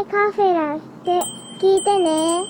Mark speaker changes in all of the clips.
Speaker 1: カフェラって聞いてね。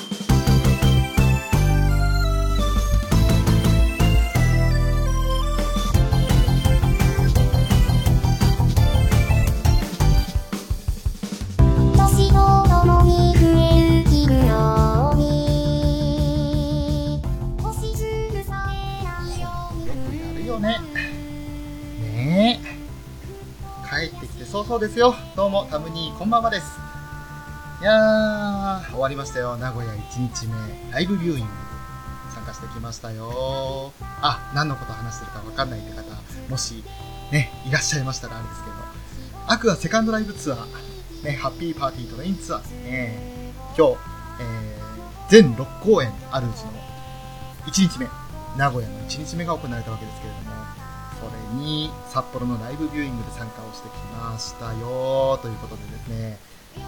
Speaker 2: 年とともに増える日のように星屑さえないように
Speaker 3: よくやるよね。ねえ。帰ってきて早々ですよ。どうもタム兄こんばんはです。いやー終わりましたよ。名古屋1日目ライブビューイング参加してきましたよ。あ、何のこと話してるか分かんないって方もしねいらっしゃいましたらあれですけど、アクアセカンドライブツアーね、ハッピーパーティートレインツアーですね。今日、全6公演あるうちの1日目、名古屋の1日目が行われたわけですけれども、それに札幌のライブビューイングで参加をしてきましたよということでですね、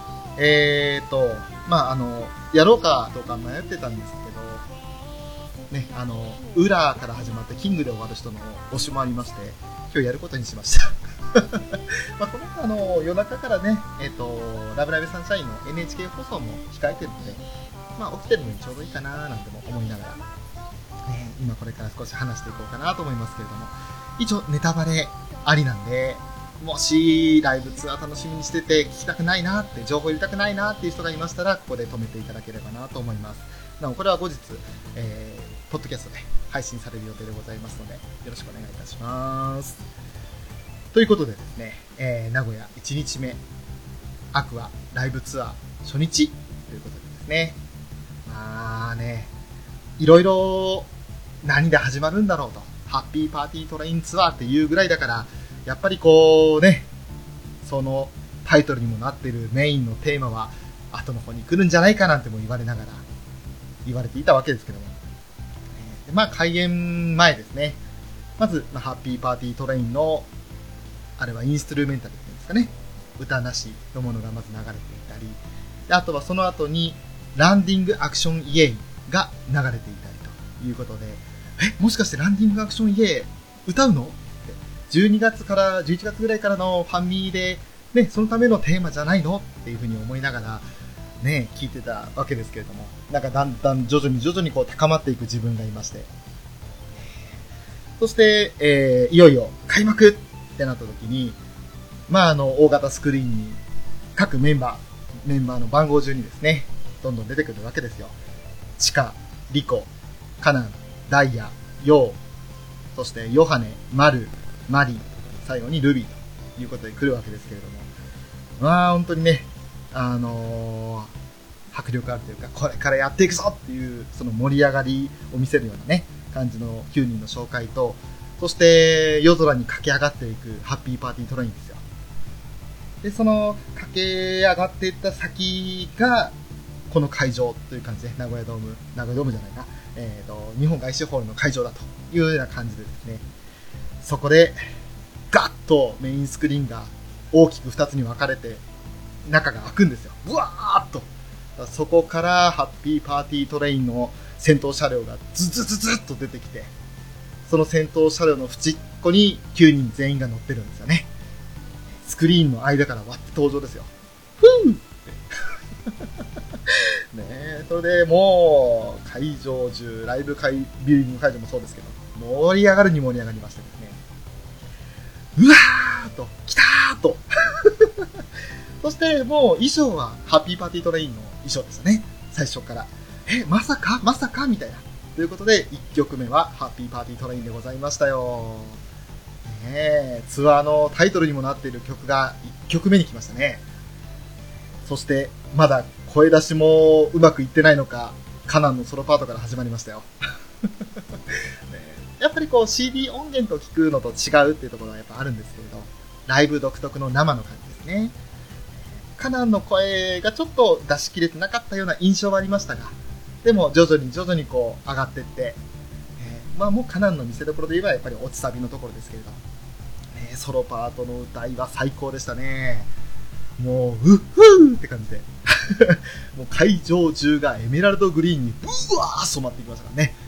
Speaker 3: やろうかどうか迷ってたんですけど、ね、ウラーから始まってキングで終わる人の推しもありまして、今日やることにしました。まあこの後夜中からね、ラブライブサンシャインの NHK 放送も控えてるので、まあ起きてるのにちょうどいいかななんても思いながら、今これから少し話していこうかなと思いますけれども、一応ネタバレありなんで、もしライブツアー楽しみにしてて聞きたくないなって、情報入れたくないなっていう人がいましたら、ここで止めていただければなと思います。なおこれは後日、ポッドキャストで配信される予定でございますので、よろしくお願いいたします。ということでですね、名古屋1日目アクアライブツアー初日ということでですね、まあね、いろいろ何で始まるんだろうと、ハッピーパーティートレインツアーっていうぐらいだから、やっぱりこうね、そのタイトルにもなっているメインのテーマは後の方に来るんじゃないかなんても言われながら言われていたわけですけども、まあ開演前ですね、まず、ハッピーパーティートレインのあれはインストゥルメンタルっていうんですかね、歌なしのものがまず流れていたり、であとはその後にランディングアクションイエイが流れていたりということで、もしかしてランディングアクションイエイ歌うのって12月から11月ぐらいからのファンミーで、ね、そのためのテーマじゃないのっていうふうに思いながらね聞いてたわけですけれども、なんかだんだん徐々にこう高まっていく自分がいまして、そして、いよいよ開幕ってなった時に、まあ大型スクリーンに各メンバーの番号順にですね、どんどん出てくるわけですよ。チカ、リコ、カナン、ダイヤ、ヨウ、そしてヨハネ、マル、マリ、最後にルビーということで来るわけですけれども、まあ本当にね、迫力あるというか、これからやっていくぞっていうその盛り上がりを見せるようなね感じの9人の紹介と、そして夜空に駆け上がっていくハッピーパーティートレインですよ。でその駆け上がっていった先がこの会場という感じで、名古屋ドームじゃないな、日本外資ホールの会場だというような感じでですね、そこでガッとメインスクリーンが大きく2つに分かれて中が開くんですよ。ブワーッと。そこからハッピーパーティートレインの先頭車両がズっと出てきて、その先頭車両の縁っこに9人全員が乗ってるんですよね。スクリーンの間から割って登場ですよ。ふーねえ、それでもう会場中、ライブビューイング会場もそうですけど、盛り上がるに盛り上がりましてですね、うわーっと来たーっとそしてもう衣装はハッピーパーティートレインの衣装ですよね。最初からまさかみたいな。ということで1曲目はハッピーパーティートレインでございましたよ。ねえ、ツアーのタイトルにもなっている曲が1曲目に来ましたね。そしてまだ声出しもうまくいってないのか、カナンのソロパートから始まりましたよ。ね、やっぱりこう CD 音源と聞くのと違うっていうところはやっぱあるんですけれど、ライブ独特の生の感じですね。カナンの声がちょっと出し切れてなかったような印象はありましたが、でも徐々にこう上がっていって、まあもうカナンの見せ所で言えばやっぱり落ちサビのところですけれど、ソロパートの歌いは最高でしたね。もううっふーって感じでもう会場中がエメラルドグリーンにブワー染まってきましたからね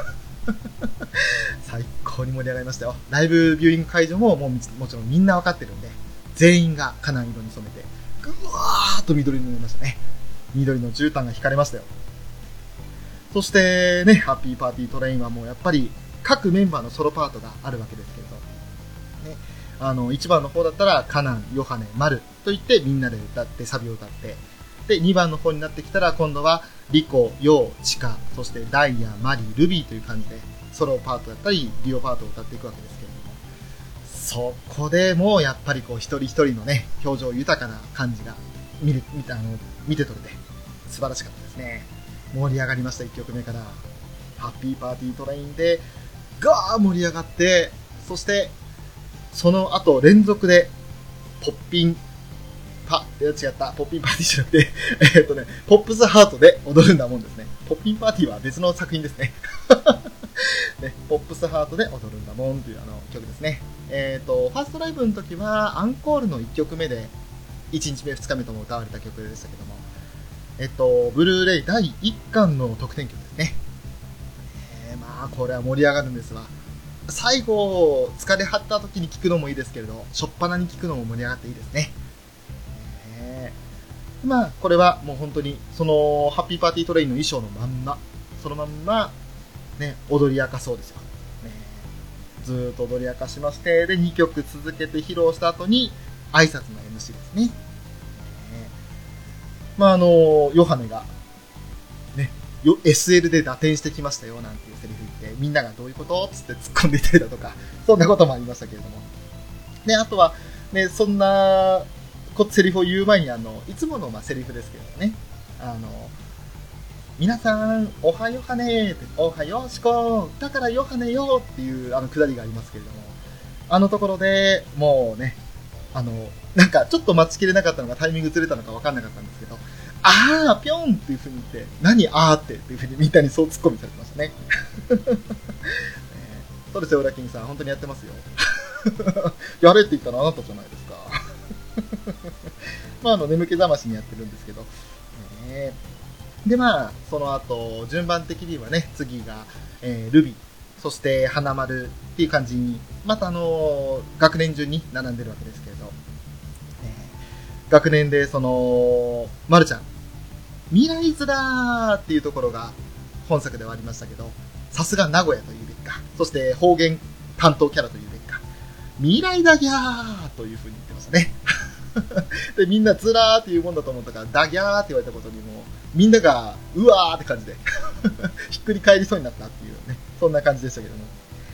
Speaker 3: 最高に盛り上がりましたよ。ライブビューイング会場ももちろんみんな分かってるんで、全員がカナン色に染めてぐわーーッと緑になりましたね。緑の絨毯が引かれましたよ。そしてね、ハッピーパーティートレインはもうやっぱり各メンバーのソロパートがあるわけですけれど、ね、1番の方だったらカナン、ヨハネ、マルといってみんなで歌ってサビを歌って、で2番の方になってきたら今度はリコ、ヨウ、チカ、そしてダイヤ、マリ、ルビーという感じでソロパートだったりデュオパートを歌っていくわけですけれども、そこでもうやっぱりこう一人一人のね表情豊かな感じが見て取れて素晴らしかったですね。盛り上がりました。1曲目からハッピーパーティートレインでガー盛り上がって、そしてその後連続でポッピンパーティーじゃなくてポップスハートで踊るんだもんですね。ポッピンパーティーは別の作品ですね。ね、ポップスハートで踊るんだもんという曲ですね。ファーストライブの時はアンコールの1曲目で1日目2日目とも歌われた曲でしたけども、ブルーレイ第1巻の特典曲ですね。まあこれは盛り上がるんですわ。最後疲れ張った時に聴くのもいいですけれど、初っ端に聴くのも盛り上がっていいですね。まあこれはもう本当にそのハッピーパーティートレインの衣装のまんま、そのまんまね踊り明かそうですよ。ずーっと踊り明かしまして、で2曲続けて披露した後に挨拶の MC ですね。まあヨハネがねSL で打点してきましたよなんていうセリフ言って、みんながどういうことつって突っ込んでいたりだとか、そんなこともありましたけれども、であとはねそんなセリフを言う前にいつものセリフですけどね、皆さんおはよはねおはよしこだからヨハネよっていうくだりがありますけれども、ところでもうねなんかちょっと待ちきれなかったのがタイミングずれたのか分かんなかったんですけど、あーぴょんっていう風に言って、何あーっていう風にみんなにそうツッコミされてましたね。そうですよ、ウラキングさん本当にやってますよ。やれって言ったのあなたじゃないですか。まあ眠気覚ましにやってるんですけど、でまあその後順番的にはね、次が、ルビー、そして花丸っていう感じにまた学年順に並んでるわけですけれど、学年でそのまるちゃん未来図だーっていうところが本作ではありましたけど、さすが名古屋というべきか、そして方言担当キャラというべきか、未来だぎゃーという風に言ってましたね。でみんなずらーっていうもんだと思ったから、だぎゃーって言われたことにもみんながうわーって感じでひっくり返りそうになったっていうね、そんな感じでしたけども、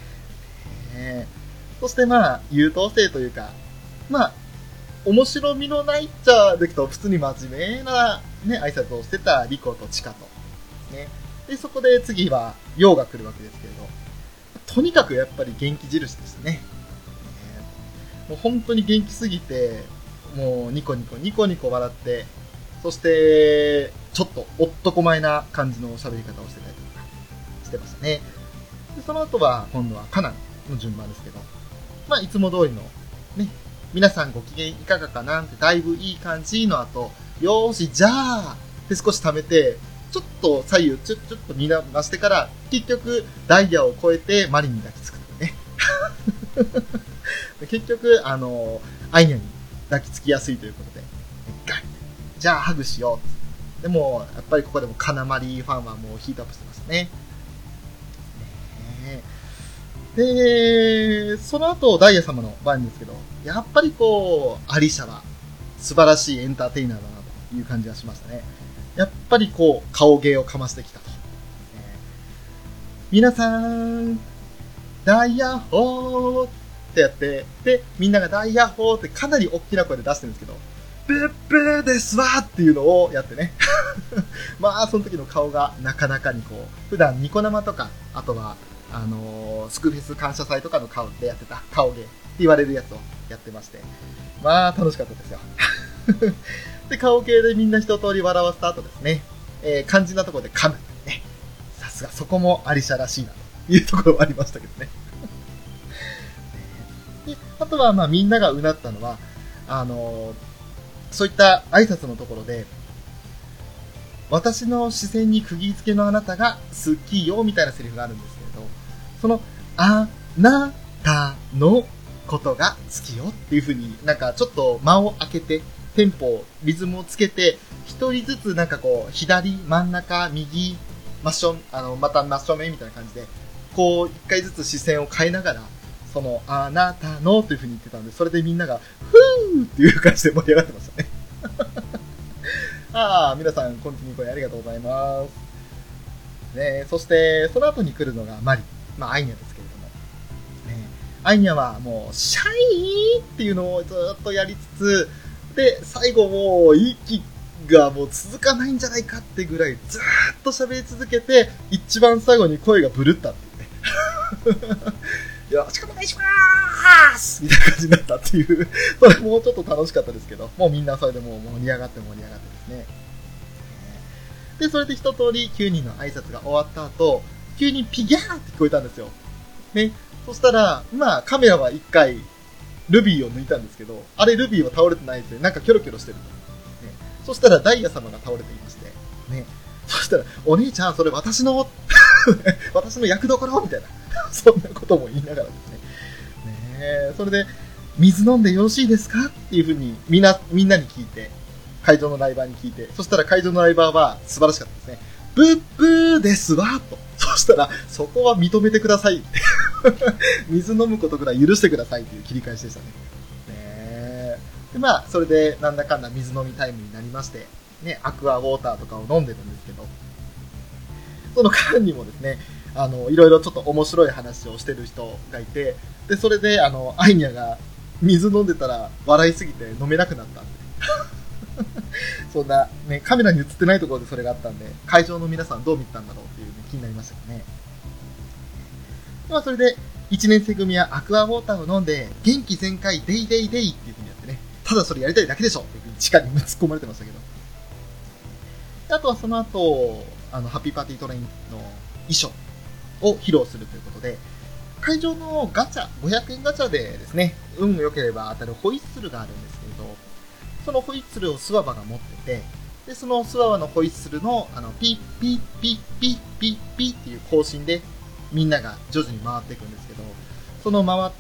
Speaker 3: そしてまあ優等生というか、まあ面白みのないっちゃできた普通に真面目なね挨拶をしてたリコとチカとね、でそこで次はヨウが来るわけですけれど、とにかくやっぱり元気印でしたね。もう本当に元気すぎて、もうニコニコ笑って、そしてちょっと男前な感じの喋り方をしてたりとかしてましたね。でその後は今度はカナンの順番ですけど、まあいつも通りのね、皆さんご機嫌いかがかなってだいぶいい感じの後、よーしじゃあって少し溜めて、ちょっと左右ちょっと見回してから、結局ダイヤを越えてマリンに抱きつくとね。結局アイニャに抱きつきやすいということで、じゃあハグしよう。でもやっぱりここでもカナマリファンはもうヒートアップしてましたね。でその後ダイヤ様の番ですけど、やっぱりこうアリシャは素晴らしいエンターテイナーだなという感じがしましたね。やっぱりこう顔芸をかましてきたと、皆さんダイヤホーってやって、でみんながダイヤホーってかなり大きな声で出してるんですけど、ブッブーですわーっていうのをやってね。まあその時の顔がなかなかにこう、普段ニコ生とか、あとはスクフェス感謝祭とかの顔でやってた顔芸って言われるやつをやってまして、まあ楽しかったですよ。で顔芸でみんな一通り笑わせた後ですね、肝心なところで噛むね。さすがそこもアリシャらしいなというところはありましたけどね。であとはまあみんながうなったのはそういった挨拶のところで、私の視線に釘付けのあなたが好きよみたいなセリフがあるんですけれど、そのあなたのことが好きよっていう風になんかちょっと間を空けてテンポ、リズムをつけて、一人ずつなんかこう、左、真ん中、右、また真正面みたいな感じで、こう、一回ずつ視線を変えながら、その、あなたのという風に言ってたんで、それでみんなが、ふーっていう感じで盛り上がってましたね。皆さん、コンティニュー声ありがとうございます。ね、そして、その後に来るのがマリ。アイニャですけれども。ね、アイニャはもう、シャイーっていうのをずっとやりつつ、で、最後もう、息がもう続かないんじゃないかってぐらい、ずーっと喋り続けて、一番最後に声がブルったっていうね。よろしくお願いしまーすみたいな感じになったっていう、それもうちょっと楽しかったですけど、もうみんなそれでもう盛り上がってですね。で、それで一通り9人の挨拶が終わった後、急にピギャーって聞こえたんですよ。ね。そしたら、カメラは一回、ルビーを抜いたんですけど、あれルビーは倒れてないですね。なんかキョロキョロしてると。ね。そしたらダイヤ様が倒れていまして、ね。そしたら、お姉ちゃん、それ私の役どころみたいな。そんなことも言いながらですね。ね、それで、水飲んでよろしいですかっていうふうにみんなに聞いて、会場のライバーに聞いて、そしたら会場のライバーは素晴らしかったですね。ブッブーですわと。そしたら、そこは認めてくださいって。水飲むことぐらい許してくださいっていう切り返しでしたね。で、それでなんだかんだ水飲みタイムになりまして、ね、アクアウォーターとかを飲んでるんですけど、その間にもですね、いろいろちょっと面白い話をしてる人がいて、で、それで、アイニャが水飲んでたら笑いすぎて飲めなくなったんで。そんな、ね、カメラに映ってないところでそれがあったんで、会場の皆さんどう見てたんだろうっていう、気になりましたよね。それで、1年生組はアクアウォーターを飲んで、元気全開、デイデイデイっていう風にやってね、ただそれやりたいだけでしょっていう風に地下に突っ込まれてましたけど。あとはその後、ハッピーパーティートレインの衣装を披露するということで、会場のガチャ、500円ガチャでですね、運が良ければ当たるホイッスルがあるんですけれど、そのホイッスルをスワバが持ってて、で、そのスワバのホイッスルの、ピッピッピッピッピッピッっていう更新で、みんなが徐々に回っていくんですけど、その回って、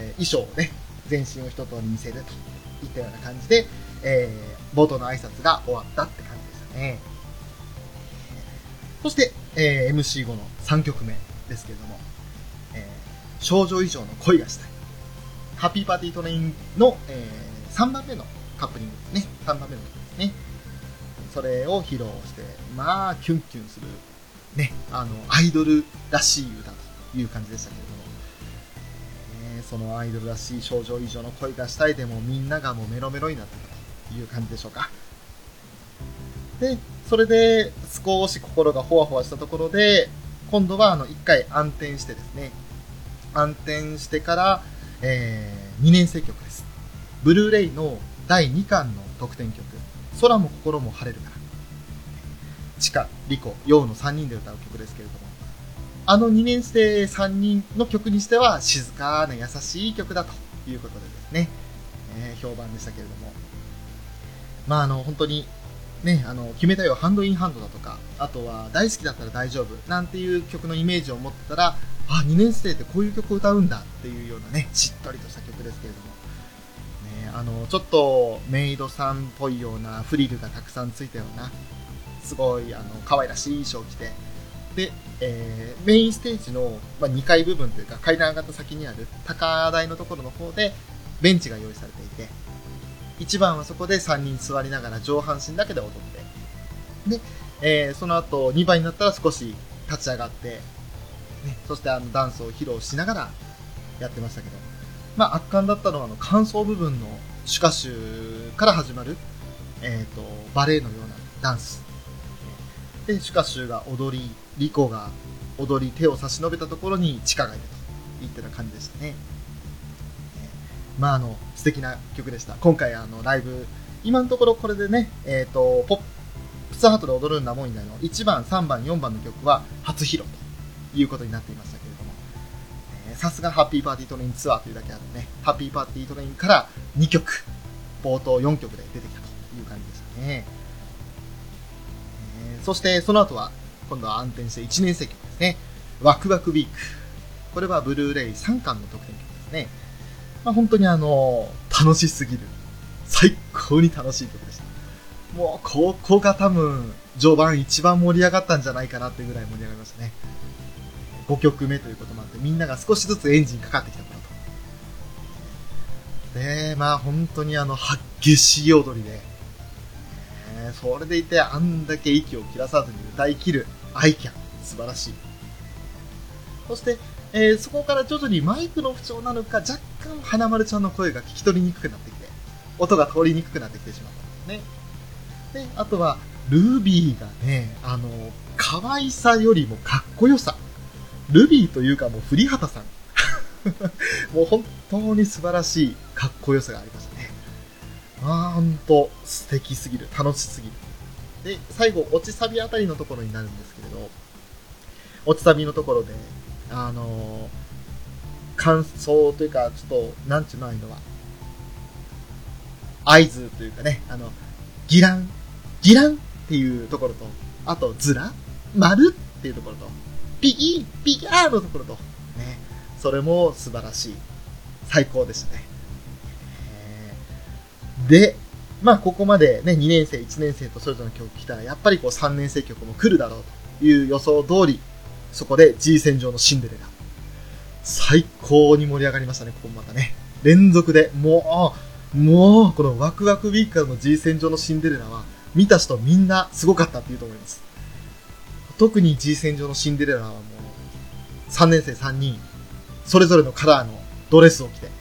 Speaker 3: 衣装をね、全身を一通り見せるといったような感じで、冒頭の挨拶が終わったって感じでしたね。そして、MC5 の3曲目ですけれども、少女以上の恋がしたい。ハッピーパーティートレインの、3番目のカップリングですね。3番目の曲ですね。それを披露して、キュンキュンする、ね、アイドルらしい歌という感じでしたけれども、そのアイドルらしい少女以上の恋がしたいでもみんながもうメロメロになってたという感じでしょうか。で、それで少し心がほわほわしたところで、今度は一回暗転してですね、暗転してから、2年生曲です。ブルーレイの第2巻の特典曲、空も心も晴れるから。チカ、リコ、ヨウの3人で歌う曲ですけれども、2年生3人の曲にしては静かな優しい曲だということでですね、評判でしたけれども、本当にね、決めたよハンドインハンドだとか、あとは大好きだったら大丈夫なんていう曲のイメージを持ってたら、2年生ってこういう曲を歌うんだっていうようなね、しっとりとした曲ですけれども、ちょっとメイドさんっぽいようなフリルがたくさんついたような、すごい可愛らしい衣装を着て、で、メインステージの、2階部分というか階段上がった先にある高台のところの方でベンチが用意されていて、1番はそこで3人座りながら上半身だけで踊って、で、その後2番になったら少し立ち上がって、ね、そしてダンスを披露しながらやってましたけど、圧巻だったのは間奏部分の主歌手から始まる、バレエのようなダンスで、主歌手が踊り、リコが踊り、手を差し伸べたところにチカがいるといったような感じでしたね。素敵な曲でした。今回ライブ、今のところこれでね、ポップスハートで踊るんだもん以外の1番、3番、4番の曲は初披露ということになっていましたけれども、さすがハッピーパーティートレインツアーというだけあってね、ハッピーパーティートレインから2曲、冒頭4曲で出てきたという感じでしたね。そしてその後は今度は暗転して1年生曲ですね。ワクワクウィーク。これはブルーレイ3巻の特典曲ですね。本当に楽しすぎる。最高に楽しい曲でした。もう、ここが多分、序盤一番盛り上がったんじゃないかなっていうぐらい盛り上がりましたね。5曲目ということもあって、みんなが少しずつエンジンかかってきた頃と。で、まあ本当に激しい踊りで、それでいてあんだけ息を切らさずに歌い切るアイキャン、素晴らしい。そして、そこから徐々にマイクの不調なのか、若干花丸ちゃんの声が聞き取りにくくなってきて、音が通りにくくなってきてしまったんですね。で、あとは、ルビーがね、可愛さよりもかっこよさ。ルビーというかもう栗畑さん。もう本当に素晴らしいかっこよさがありましたね。ほんと素敵すぎる。楽しすぎる。で、最後、落ちサビあたりのところになるんですけれど、落ちサビのところで、感想というか、ちょっと、なんちゅうのああいうのは、合図というかね、ギランっていうところと、あと、ズラ丸っていうところと、ピギャーのところと、ね、それも素晴らしい。最高でしたね。で、まあ、ここまでね、2年生、1年生とそれぞれの曲来たら、やっぱりこう3年生曲も来るだろうという予想通り、そこで G 戦場のシンデレラ。最高に盛り上がりましたね、ここもまたね。連続で、もう、このワクワクウィークからの G 戦場のシンデレラは、見た人みんなすごかったっていうと思います。特に G 戦場のシンデレラはもう、3年生3人、それぞれのカラーのドレスを着て、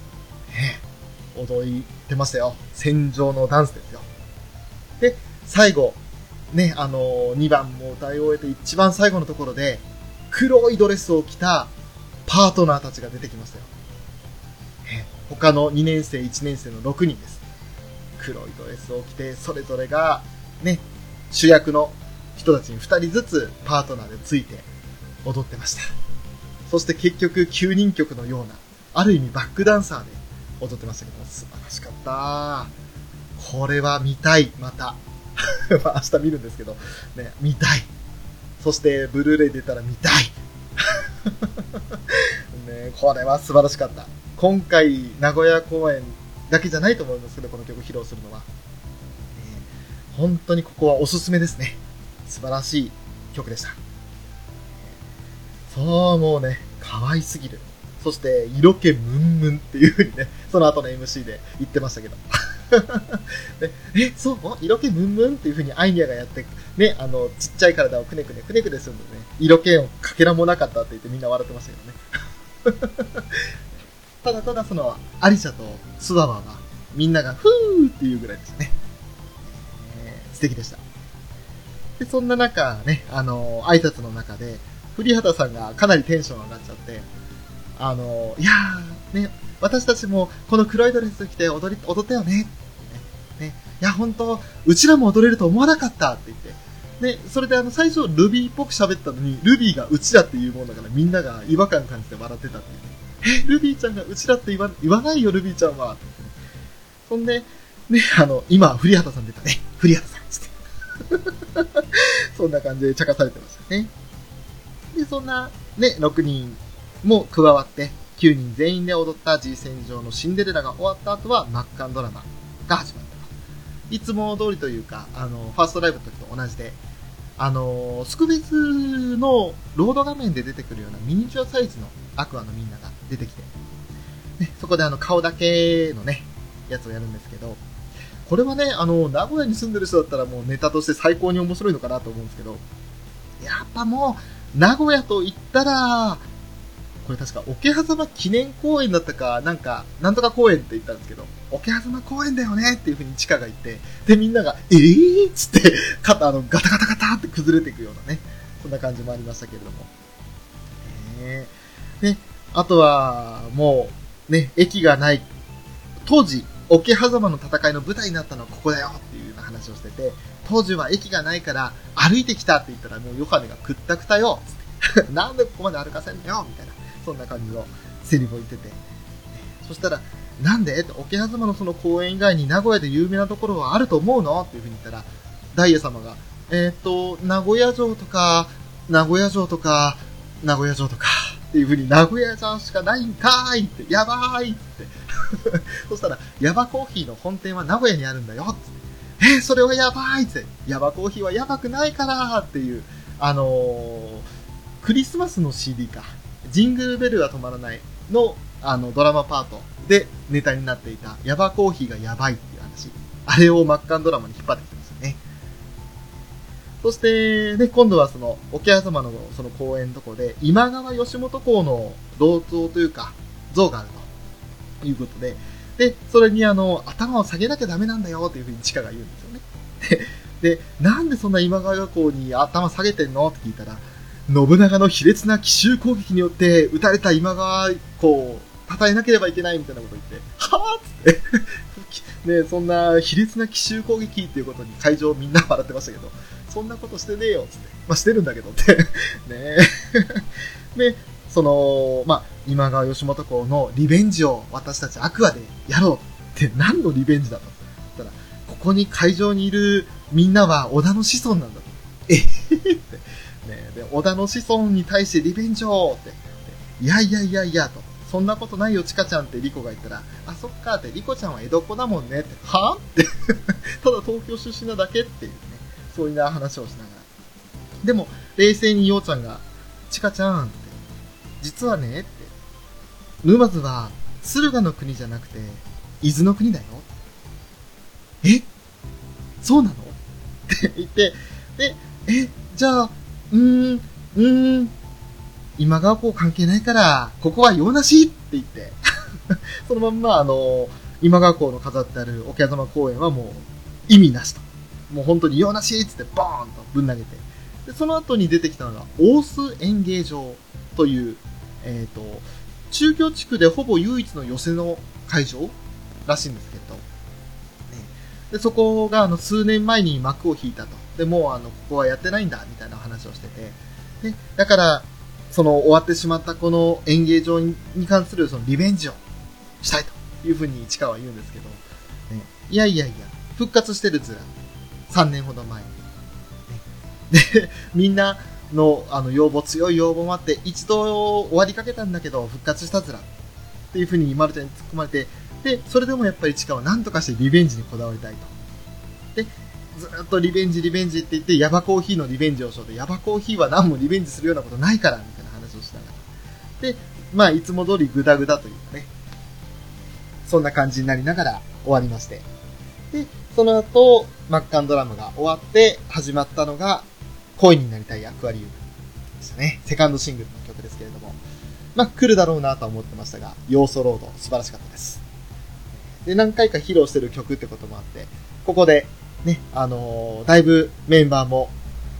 Speaker 3: 踊ってましたよ。戦場のダンスですよ。で、最後、ね、2番も歌い終えて一番最後のところで、黒いドレスを着たパートナーたちが出てきましたよ。他の2年生、1年生の6人です。黒いドレスを着て、それぞれが、ね、主役の人たちに2人ずつパートナーでついて踊ってました。そして結局9人曲のような、ある意味バックダンサーで踊ってましたけど、素晴らしかった。これは見たい、また。まあ明日見るんですけど、ね、見たい。そして、ブルーレイ出たら見たい。ね、これは素晴らしかった。今回、名古屋公演だけじゃないと思うんですけど、この曲披露するのは。本当にここはおすすめですね。素晴らしい曲でした。そう、もうね、可愛すぎる。そして、色気ムンムンっていう風にね、その後の MC で言ってましたけど。でそう色気ムンムンっていう風にアイニャがやって、ね、ちっちゃい体をくねくねするんでね、色気をかけらもなかったって言ってみんな笑ってましたけどね。ただただその、アリシャとスワワは、みんながフーっていうぐらいでしたね。素敵でした。で、そんな中ね、挨拶の中で、栗畑さんがかなりテンション上がっちゃって、いやー、ね、私たちもこの黒いドレス着て踊ったよね。ね、いや、本当うちらも踊れると思わなかったって言って。で、それで最初ルビーっぽく喋ったのに、ルビーがうちらっていうもんだからみんなが違和感感じて笑ってたっていうね。ルビーちゃんがうちらって言わないよ、ルビーちゃんは。ってそんで、ね、今、栗畑さん出たね。栗畑さんつって。そんな感じで茶化されてましたね。で、そんな、ね、6人も加わって、9人全員で踊った G 戦場のシンデレラが終わった後は、マッカンドラマが始まったと。いつも通りというか、ファーストライブの時と同じで、スクベスのロード画面で出てくるようなミニチュアサイズのアクアのみんなが出てきて、ね、そこで顔だけのね、やつをやるんですけど、これはね、名古屋に住んでる人だったらもうネタとして最高に面白いのかなと思うんですけど、やっぱもう、名古屋と言ったら、これ確か、桶狭間記念公園だったか、なんとか公園って言ったんですけど、桶狭間公園だよねっていう風にチカが言って、で、みんなが、っつって、ガタガタガタって崩れていくようなね、そんな感じもありましたけれども。ね、あとは、もう、ね、駅がない、当時、桶狭間の戦いの舞台になったのはここだよっていうような話をしてて、当時は駅がないから歩いてきたって言ったらもうヨハネがくったくたよつって、なんでここまで歩かせんのよみたいな、そんな感じのセリフを言ってて、そしたら、なんで桶狭間のその公園以外に名古屋で有名なところはあると思うのっていう風に言ったら、ダイヤ様が、名古屋城とか、名古屋城とか、名古屋城とか、っていう風に名古屋城しかないんかーいって、やばーいってそしたら、ヤバコーヒーの本店は名古屋にあるんだよってそれはやばいって。ヤバコーヒーはやばくないからっていう、クリスマスの CD か。ジングルベルが止まらないの、ドラマパートでネタになっていた、ヤバコーヒーがやばいっていう話。あれをマッカンドラマに引っ張ってきてますよね。そして、ね、今度はその、桶狭間のその公園のところで、今川義元公の銅像というか、像があるということで、で、それに頭を下げなきゃダメなんだよというふうにチカが言うんですよね。で、なんでそんな今川公に頭下げてんのって聞いたら、信長の卑劣な奇襲攻撃によって撃たれた今川公を称えなければいけないみたいなことを言って、はぁっつって、ね、そんな卑劣な奇襲攻撃っていうことに会場みんな笑ってましたけど、そんなことしてねえよっつって。まあ、してるんだけどって。ねで、その、まあ、今川義元公のリベンジを私たちアクアでやろうって何のリベンジだと。言ったら、ここに会場にいるみんなは織田の子孫なんだと。って。ね、で、織田の子孫に対してリベンジをって。いやいやいやいやと。そんなことないよ、チカちゃんってリコが言ったら、あ、そっかって、リコちゃんは江戸っ子だもんねって、はぁって。ただ東京出身なだけっていうね。そういう話をしながら。でも、冷静にようちゃんが、チカちゃんって、実はねって、沼津は駿河の国じゃなくて、伊豆の国だよ。そうなのって言って、で、じゃあ、今川公関係ないから、ここは用なしって言って、そのまんま今川公の飾ってある桶狭間公園はもう意味なしと。もう本当に用なしっつってボーンとぶん投げて。で、その後に出てきたのが、大須演芸場という、中京地区でほぼ唯一の寄席の会場らしいんですけど、で、そこが数年前に幕を引いたと。で、もうここはやってないんだ、みたいな話をしてて。で、だから、その終わってしまったこの演芸場に関するそのリベンジをしたいというふうに市川は言うんですけど、ね、いやいやいや、復活してるずら。3年ほど前に。で、みんなの強い要望もあって、一度終わりかけたんだけど、復活したずら。っていうふうにマルちゃんに突っ込まれて、で、それでもやっぱりチカは何とかしてリベンジにこだわりたいと。で、ずっとリベンジって言って、ヤバコーヒーのリベンジをしようと、ヤバコーヒーは何もリベンジするようなことないから、みたいな話をしながら。で、まあ、いつも通りグダグダというかね、そんな感じになりながら終わりまして。で、その後、マッカンドラムが終わって始まったのが、恋になりたいアクアリウムでしたね。セカンドシングルの曲ですけれども。まあ、来るだろうなとは思ってましたが、要素ロード素晴らしかったです。で、何回か披露してる曲ってこともあって、ここで、ね、だいぶメンバーも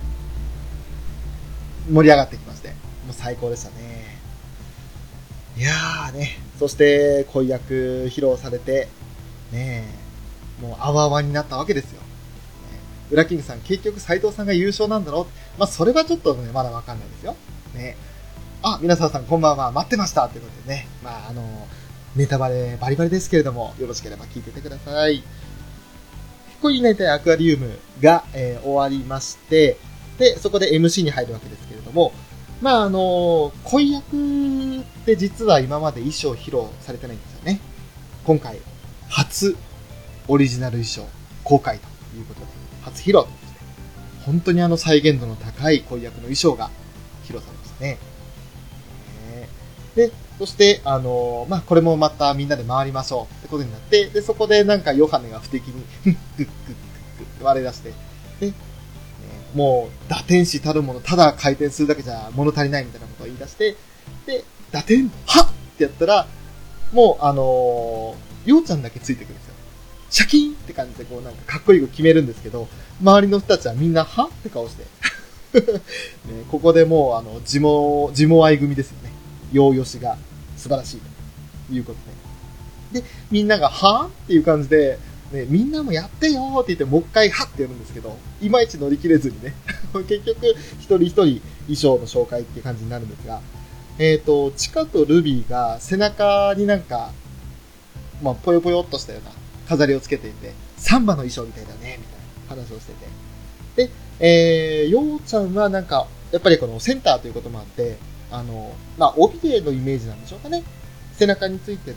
Speaker 3: 盛り上がってきまして、もう最高でしたね。いやーね、そして恋役披露されて、ねもうあわあわになったわけですよ。ウラキングさん、結局斉藤さんが優勝なんだろう。まあ、それはちょっとね、まだわかんないですよ。ね。あ、皆さんこんばんは、待ってましたということでね。まあ、ネタバレバリバリですけれども、よろしければ聞いててください。恋になりたいアクアリウムが、終わりまして、で、そこで MC に入るわけですけれども、まあ、恋役って実は今まで衣装披露されてないんですよね。今回、初オリジナル衣装公開ということで、初披露ということで、本当に再現度の高い恋役の衣装が披露されましたね。で、そして、まあ、これもまたみんなで回りましょうってことになって、で、そこでなんかヨハネが不敵に、グッグッグッグッ笑い出して、で、もう、打天使たるもの、ただ回転するだけじゃ物足りないみたいなことを言い出して、で、打天、はっってやったら、もう、ようちゃんだけついてくるんですよ。シャキーンって感じでこうなんかかっこいい子決めるんですけど、周りの人たちはみんな、はって顔して。ね、ここでもう、地母愛組ですよね。ようよしが素晴らしいということで。で、みんなが、はっていう感じで、ね、みんなもやってよーって言って、もう一回、はってやるんですけど、いまいち乗り切れずにね、結局、一人一人衣装の紹介っていう感じになるんですが、チカとルビーが背中になんか、まあ、ぽよぽよっとしたような飾りをつけていて、サンバの衣装みたいだね、みたいな話をしてて。で、ようちゃんはなんか、やっぱりこのセンターということもあって、まあ、帯でのイメージなんでしょうかね。背中についてる、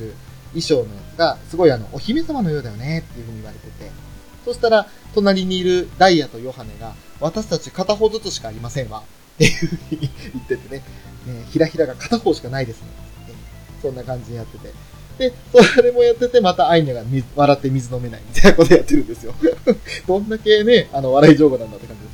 Speaker 3: 衣装のやつが、すごいお姫様のようだよねっていう風に言われてて、そしたら、隣にいるダイヤとヨハネが、私たち片方ずつしかありませんわ。っていう風に言っててね、ひらひらが片方しかないですね。そんな感じでやってて。で、それもやってて、またアイニャが笑って水飲めないみたいなことやってるんですよ。どんだけね、笑い上手なんだって感じです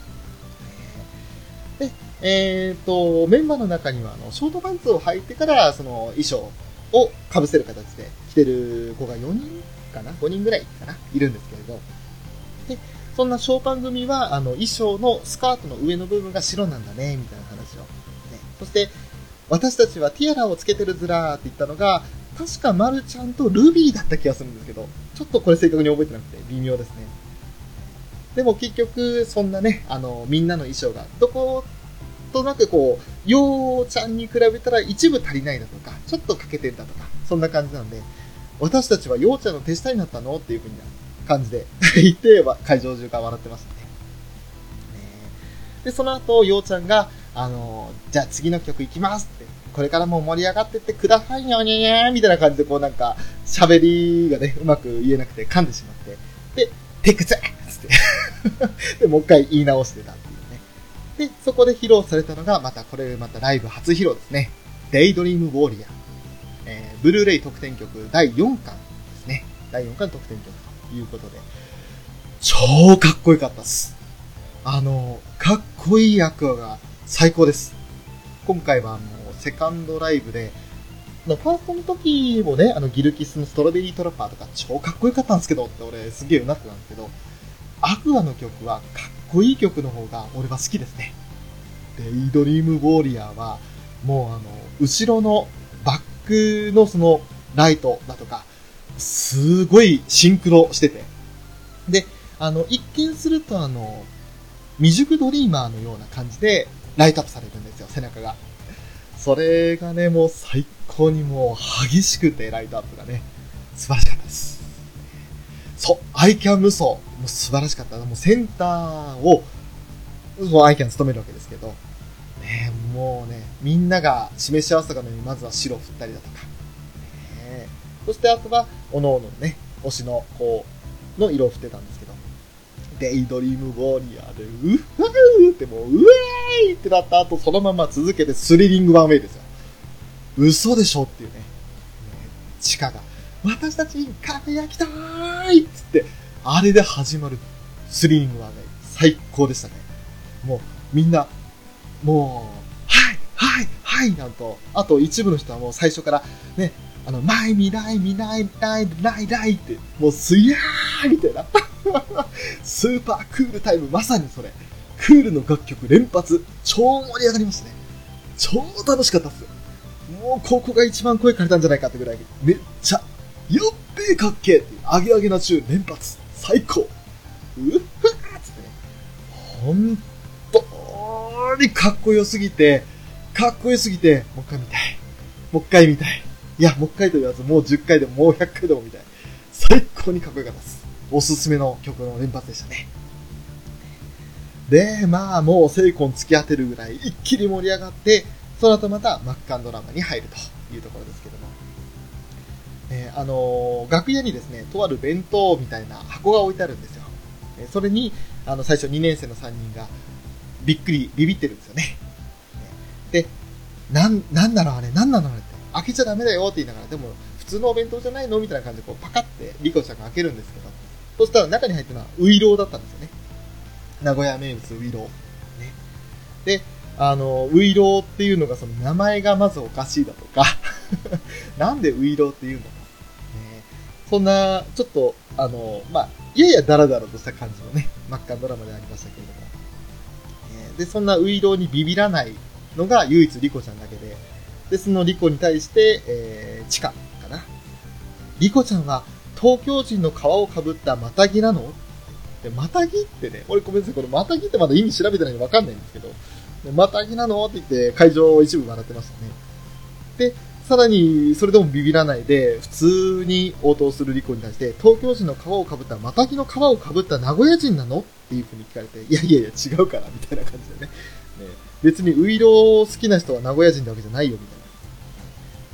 Speaker 3: けど。で、メンバーの中には、ショートパンツを履いてから、その衣装を被せる形で着てる子が4人かな ?5 人ぐらいかないるんですけれど。で、そんなショーパン組は、衣装のスカートの上の部分が白なんだね、みたいな話を。ね、そして、私たちはティアラをつけてるずらーって言ったのが、確かマルちゃんとルビーだった気がするんですけど、ちょっとこれ正確に覚えてなくて微妙ですね。でも結局、そんなね、みんなの衣装が、どことなくこう、ヨーちゃんに比べたら一部足りないだとか、ちょっと欠けてるだとか、そんな感じなんで、私たちはヨーちゃんの手下になったのっていう風な感じで言っては会場中が笑ってましたね。で、その後、ヨーちゃんが、じゃあ次の曲行きますって、これからも盛り上がってってくださいよにゃーみたいな感じでこうなんか、喋りがね、うまく言えなくて噛んでしまって、で、テイク2つってで、もう一回言い直してたっていうね。で、そこで披露されたのが、またライブ初披露ですね。デイドリームウォーリア。ブルーレイ特典曲第4巻ですね。第4巻特典曲ということで、超かっこよかったです。かっこいい役が最高です。今回はもうセカンドライブで、ファーストの時もね、ギルキスのストロベリートラッパーとか超かっこよかったんですけどって俺すげえうなってたんですけど、アクアの曲はかっこいい曲の方が俺は好きですね。デイドリームウォーリアーはもう後ろのバックのそのライトだとか、すごいシンクロしてて。で、一見すると未熟ドリーマーのような感じでライトアップされるんですよ、背中が。それがね、もう最高にもう激しくてライトアップがね、素晴らしかったです。そう、アイキャン無双も素晴らしかった。もうセンターを、アイキャン務めるわけですけど、ね、もうね、みんなが示し合わせたかのようにまずは白を振ったりだとか、ね、そしてあとは、おのおのね、推しの子の色を振ってたんですけど、デイドリームウォーリアーで、うっはーってもう、ウェーイってなった後、そのまま続けてスリリングワンウェイですよ。嘘でしょっていうね。チカが、私たち輝きたーいっつって、あれで始まるスリリングワンウェイ。最高でしたね。もう、みんな、もう、はいなんと、あと一部の人はもう最初から、ね、マイミライミライライライライって、もうすやーみたいな。スーパークールタイム、まさにそれ。クールの楽曲連発。超盛り上がりましたね。超楽しかったっすよ。もうここが一番声枯れたんじゃないかってぐらい、めっちゃ、よっべーかっけーっていう、アゲアゲなチューン連発。最高。うっふーっつってね。ほんとにかっこよすぎて、もう一回見たい。もう一回見たい。いや、もう一回と言わず、もう10回でももう100回でも見たい。最高にかっこよかったです。おすすめの曲の連発でしたね。で、まあもうセイコン突き当てるぐらい一気に盛り上がって、その後またマッカンドラマに入るというところですけども。楽屋にですね、とある弁当みたいな箱が置いてあるんですよ。それに、最初2年生の3人がビビってるんですよね。で、なんなのあれって、開けちゃダメだよって言いながら、でも普通のお弁当じゃないのみたいな感じでこうパカってリコちゃんが開けるんですけど、そしたら中に入ってるのはウイローだったんですよね。名古屋名物ウイロー。ね。で、ウイローっていうのがその名前がまずおかしいだとか、なんでウイローっていうのか、ね。そんな、ちょっと、ややダラダラとした感じのね、マッカンドラマでありましたけれども。で、そんなウイローにビビらないのが唯一リコちゃんだけで、で、そのリコに対して、チカかな。リコちゃんは東京人の皮をかぶったマタギなの？で、マタギってね、俺ごめんなさい、これマタギってまだ意味調べてないんでわかんないんですけど、でマタギなのって言って会場一部笑ってましたね。で、さらにそれでもビビらないで、普通に応答するリコに対して、東京人の皮をかぶったマタギの皮をかぶった名古屋人なのっていう風に聞かれて、いや違うから、みたいな感じでね。別にウイロー好きな人は名古屋人ってわけじゃないよ、みたいな。で、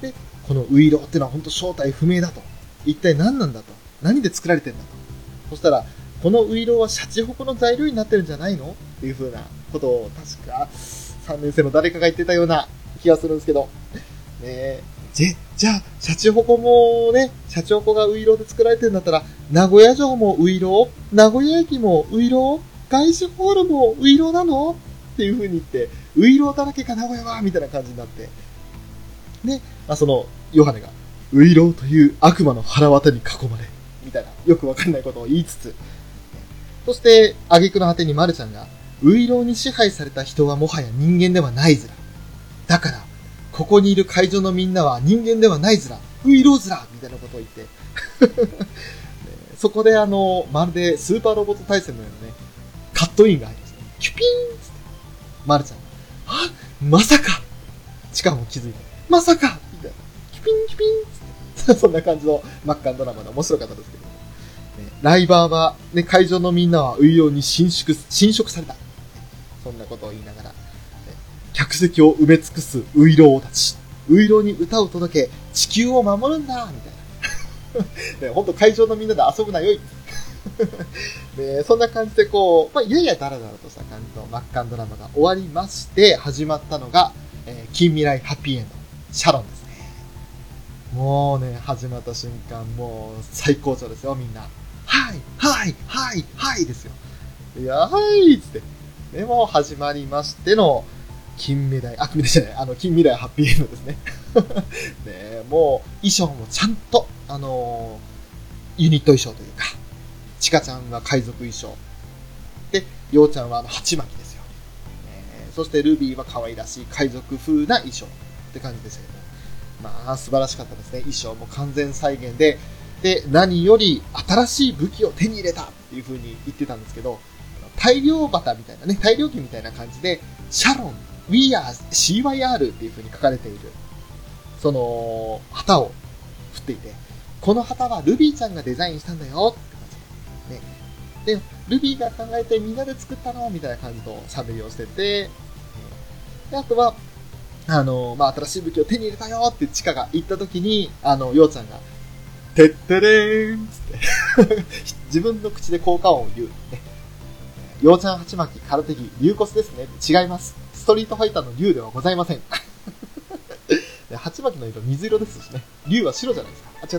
Speaker 3: このウイロってのは本当正体不明だと。一体何なんだと。何で作られてんだと。そしたら、このウイロはシャチホコの材料になってるんじゃないのっていう風なことを確か3年生の誰かが言ってたような気がするんですけど。ね、じゃあ、シャチホコもね、シャチホコがウイロで作られてるんだったら、名古屋城もウイロ、名古屋駅もウイロ、外資ホールもウイロなのっていう風に言って、ウイロだらけか名古屋はみたいな感じになって。で、その、ヨハネが、ウイロという悪魔の腹渡に囲まれ、みたいな、よくわかんないことを言いつつ、そして、挙句の果てにマルちゃんが、ウイロに支配された人はもはや人間ではないずら。だから、ここにいる会場のみんなは人間ではないずら、ウイロずらみたいなことを言って、そこでまるでスーパーロボット対戦のようなね、カットインが入りましたね。キュピーンつって、マルちゃんが、あ、まさかチカも気づいて、まさかみたいな、キュピンキュピンつって、そんな感じのマッカンドラマで面白かったですけど、ライバーは、ね、会場のみんなはウイロに侵食された。そんなことを言いながら、客席を埋め尽くすウイローたち。ウイローに歌を届け、地球を守るんだみたいな。ほんと会場のみんなで遊ぶなよい。でそんな感じでこう、ややダラダラとした感じのマッカンドラマが終わりまして、始まったのが、近未来ハッピーエンド、シャロンですね。もうね、始まった瞬間、もう最高潮ですよ、みんな。はい、はい、はい、はいですよ。いや、はいっつって。でも始まりましての、近未来ハッピーエンドですね。ね、もう衣装もちゃんと、ユニット衣装というか、チカちゃんは海賊衣装。で、ヨウちゃんは鉢巻きですよ。そしてルビーは可愛らしい海賊風な衣装って感じでしたけど、素晴らしかったですね。衣装も完全再現で、で、何より新しい武器を手に入れたっていう風に言ってたんですけど、大量旗みたいなね、大量旗みたいな感じで、シャロン、We are CYR っていう風に書かれている、その、旗を振っていて、この旗はルビーちゃんがデザインしたんだよって感じで、ね。で、ルビーが考えてみんなで作ったのみたいな感じの喋りをしてて、で、あとは、新しい武器を手に入れたよってチカが言った時に、ヨウちゃんが、てってれーんつって自分の口で効果音を言う。ね、ヨウちゃん鉢巻き、空手着、竜骨ですね。違います。ストリートファイターの竜ではございません。鉢巻きの色水色ですしね。竜は白じゃないですか。あ、違った。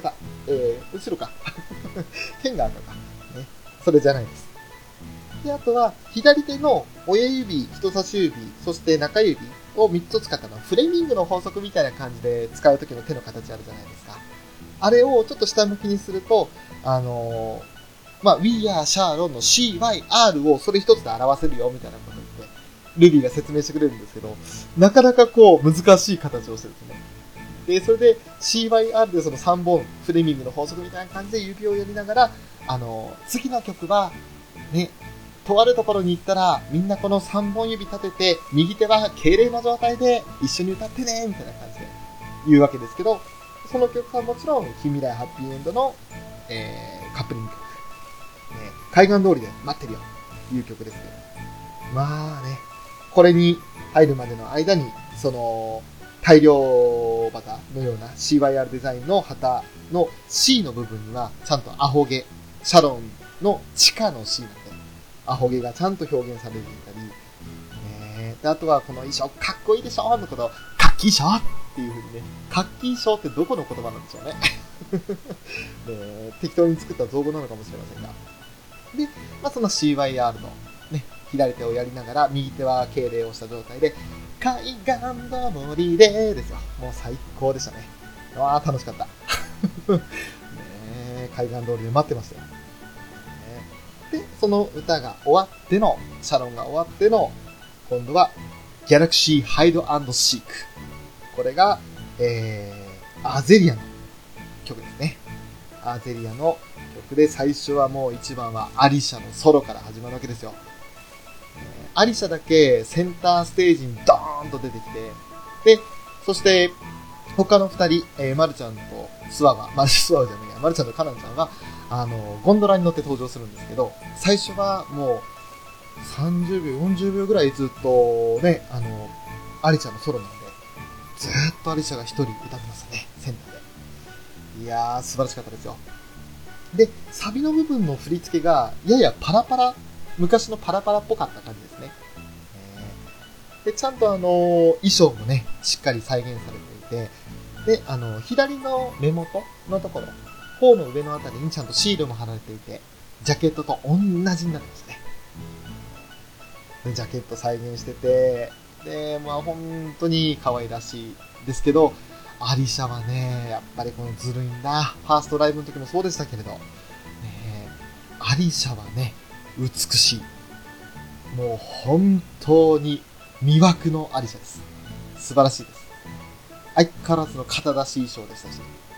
Speaker 3: 白か。剣があるのか。ね。それじゃないです。で、あとは、左手の親指、人差し指、そして中指を3つ使ったのは、フレミングの法則みたいな感じで使う時の手の形あるじゃないですか。あれをちょっと下向きにすると、We are Sharon の CYR をそれ一つで表せるよ、みたいなことを言って、ルビーが説明してくれるんですけど、なかなかこう、難しい形をしてるんですね。で、それで CYR でその3本、フレミングの法則みたいな感じで指をやりながら、次の曲は、ね、とあるところに行ったら、みんなこの3本指立てて、右手は敬礼の状態で一緒に歌ってね、みたいな感じで言うわけですけど、その曲はもちろん、近未来ハッピーエンドの、カップリング曲、海岸通りで待ってるよ、という曲ですけど。これに入るまでの間に、その、大量旗のような CYR デザインの旗の C の部分には、ちゃんとアホ毛、シャロンの地下の C なんで、アホ毛がちゃんと表現されていたり、であとはこの衣装かっこいいでしょのこと、カッキーショーっていう風にね、カッキーショーってどこの言葉なんでしょうね。適当に作った造語なのかもしれませんが。で、その CYR のね、左手をやりながら、右手は敬礼をした状態で、海岸の森でですよ。もう最高でしたね。楽しかった。海岸通りで待ってましたよ。で、その歌が終わっての、シャロンが終わっての、今度は、ギャラクシーハイド&シーク。これが、アゼリアの曲ですね。アゼリアの曲で、最初はもう一番はアリシャのソロから始まるわけですよ。アリシャだけセンターステージにドーンと出てきて、で、そして、他の二人、マルちゃんとスワが、マルちゃんとカナンちゃんは、ゴンドラに乗って登場するんですけど、最初はもう、30秒、40秒ぐらいずっとね、アリシャのソロなんで、ずーっとアリシャが一人歌ってましたね、センタいやー、素晴らしかったですよ。で、サビの部分の振り付けが、ややパラパラ、昔のパラパラっぽかった感じですね。で、ちゃんと衣装もね、しっかり再現されていて、で、左の目元のところ、頬の上のあたりにちゃんとシールも貼られていて、ジャケットと同じになってますね。で、ジャケット再現してて、で、まあ本当に可愛らしいですけど、アリシャはね、やっぱりこのずるいんだ。ファーストライブの時もそうでしたけれど、アリシャはね、美しい。もう本当に魅惑のアリシャです。素晴らしいです。相変わらずの肩出し衣装でしたし、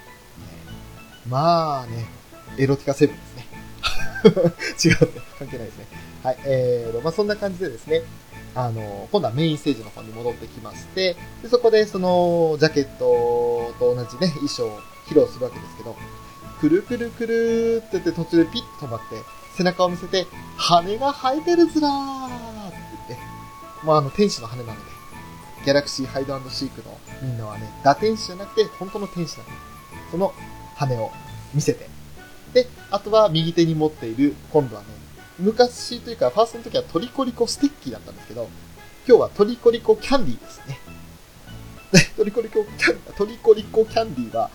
Speaker 3: まあね、エロティカセブンですね。違うね。関係ないですね。はい。まあそんな感じでですね、今度はメインステージの方に戻ってきまして、でそこでそのジャケットと同じね、衣装を披露するわけですけど、くるくるくるって言って途中でピッと止まって、背中を見せて、羽が生えてるずらーって言って、まあ天使の羽なので、ギャラクシーハイド&シークのみんなはね、打天使じゃなくて本当の天使なので、その羽を見せて、で、あとは右手に持っている、今度はね、昔というか、ファーストの時はトリコリコステッキだったんですけど、今日はトリコリコキャンディーですね。で、トリコリコキャンディーは、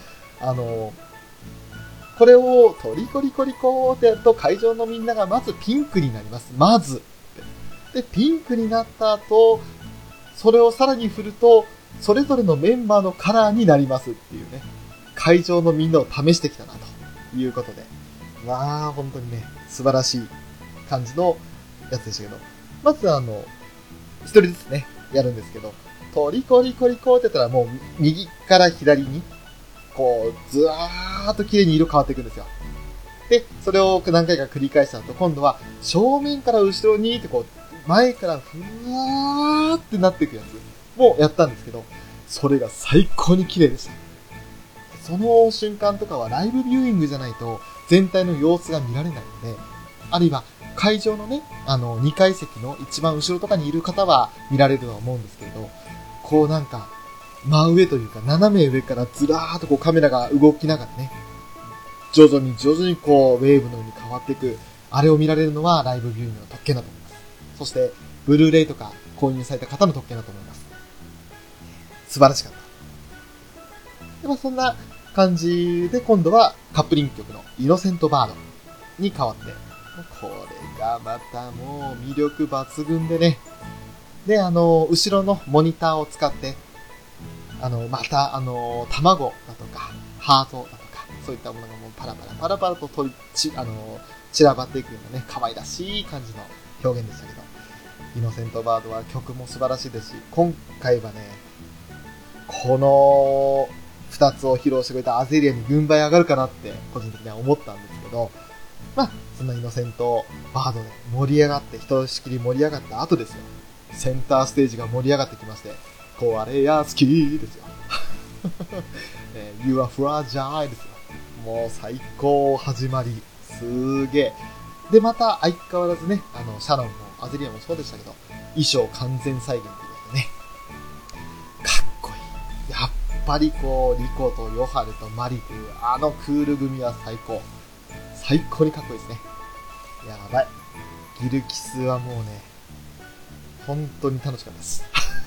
Speaker 3: これをトリコリコリコってやると会場のみんながまずピンクになります。まず。で、ピンクになった後、それをさらに振ると、それぞれのメンバーのカラーになりますっていうね、会場のみんなを試してきたなということで、まあ、本当にね、素晴らしい感じのやつでしたけど、まず一人ずつね、やるんですけど、トリコリコリコってやったらもう右から左に、こう、ずーっと綺麗に色変わっていくんですよ。で、それを何回か繰り返した後、今度は正面から後ろにってこう、前からふわーってなっていくやつもやったんですけど、それが最高に綺麗でした。その瞬間とかはライブビューイングじゃないと全体の様子が見られないので、あるいは会場のね、2階席の一番後ろとかにいる方は見られるとは思うんですけれど、こうなんか、真上というか斜め上からずらーっとこうカメラが動きながらね、徐々にこうウェーブのように変わっていく、あれを見られるのはライブビューイングの特権だと思います。そして、ブルーレイとか購入された方の特権だと思います。素晴らしかった。でもそんな感じで今度はカップリング曲のイノセントバードに変わって、これがまたもう魅力抜群でね。で、後ろのモニターを使って、また、卵だとか、ハートだとか、そういったものがもうパラパラと散らばっていくようなね、可愛らしい感じの表現でしたけど、イノセントバードは曲も素晴らしいですし、今回はね、この2つを披露してくれたアゼリアに軍配上がるかなって個人的には思ったんですけど、まあ、そんなイノセントバードで盛り上がって、ひとしきり盛り上がった後ですよ。センターステージが盛り上がってきまして、壊れやすきですよ。You are fragile ですよ。もう最高始まり。すーげえ。で、また相変わらずね、シャノンもアゼリアもそうでしたけど、衣装完全再現ということでね。かっこいい。やっぱりこう、リコとヨハルとマリというクール組は最高。最高にかっこいいですね。やばい。ギルキスはもうね、本当に楽しかったです。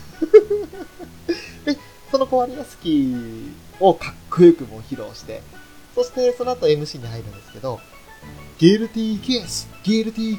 Speaker 3: で、その壊れやすきをかっこよくも披露して、そしてその後 MC に入るんですけど、ゲルティーケースって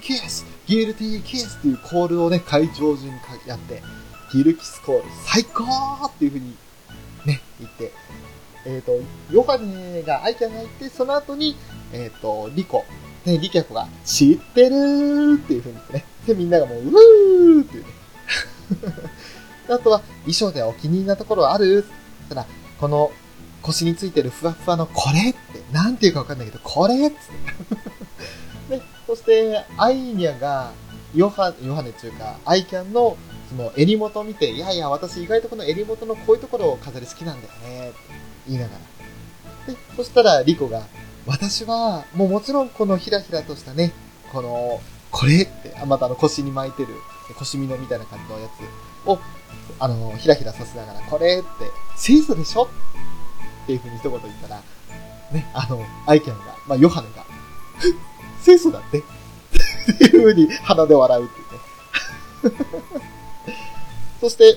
Speaker 3: いうコールをね、会場中にやって、ギルキスコール最高っていう風にね、言って、ヨハネが、アイキャンが言って、その後に、リコ、ね、リキャコが知ってるーっていう風に言ってね、で、みんながもう、うーっていうね。あとは、衣装でお気に入りなところあるって言ったら、この腰についてるふわふわのこれって、なんていうかわかんないけど、これっつって。で、そして、アイニャが、ヨハネっていうか、アイキャンの、その襟元を見て、いやいや、私意外とこの襟元のこういうところを飾り好きなんだよね、って言いながら。で、そしたらリコが、私は、もちろんこのひらひらとしたね、これって、また腰に巻いてる、腰みのみたいな感じのやつを、ひらひらさせながら、これって、清楚でしょっていう風に一言言ったら、 ね、アイキャンが、まあ、ヨハネが、清楚だってっていう風に鼻で笑うっていうね。そして、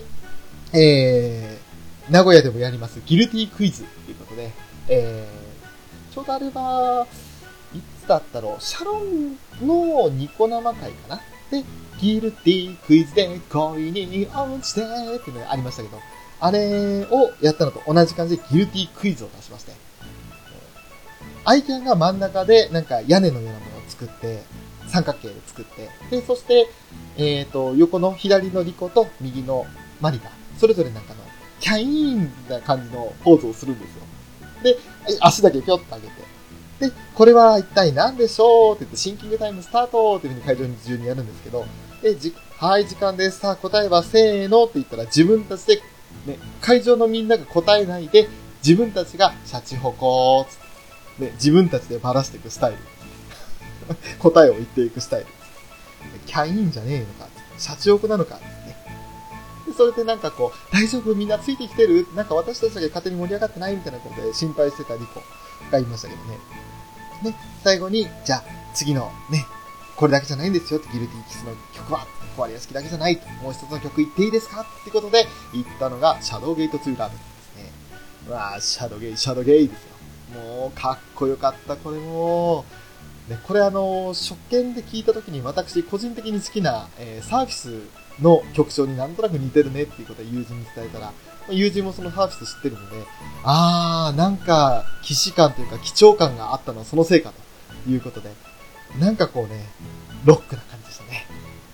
Speaker 3: 名古屋でもやりますギルティクイズということで、ちょうどあれは、いつだったろう、シャロンのニコ生会かな。で、ギルティクイズで恋に落ちてっていうのがありましたけど、あれをやったのと同じ感じでギルティクイズを出しまして、アイキャンが真ん中でなんか屋根のようなものを作って、三角形で作って、で、そして、横の左のリコと右のマリが、それぞれなんかキャイーンな感じのポーズをするんですよ。で、足だけぴょっと上げて、で、これは一体何でしょうって言って、シンキングタイムスタートっていう風に会場に中にやるんですけど、で、はい、時間です。さあ、答えはせーのって言ったら、自分たちで、ね、会場のみんなが答えないで、自分たちがシャチホコーつって、ね、自分たちでばらしていくスタイル。答えを言っていくスタイル。キャインじゃねえのか、シャチホコなのか、ね。でそれでなんかこう、大丈夫みんなついてきてるなんか私たちだけ勝手に盛り上がってないみたいなことで心配してたリコがいましたけどね。で、最後に、じゃあ次のね、これだけじゃないんですよってギルティキスの曲は、壊れ屋敷だけじゃないと、もう一つの曲言っていいですかってことで言ったのが、シャドウゲート2ラブですね。うわぁ、シャドゲイですよ。もう、かっこよかった、これも。ね、これ初見で聞いた時に私個人的に好きな、サーフィスの曲調になんとなく似てるねっていうことを友人に伝えたら、友人もそのサーフィス知ってるので、なんか、既視感というか、貴重感があったのはそのせいかということで、なんかこうね、ロックな感じでしたね。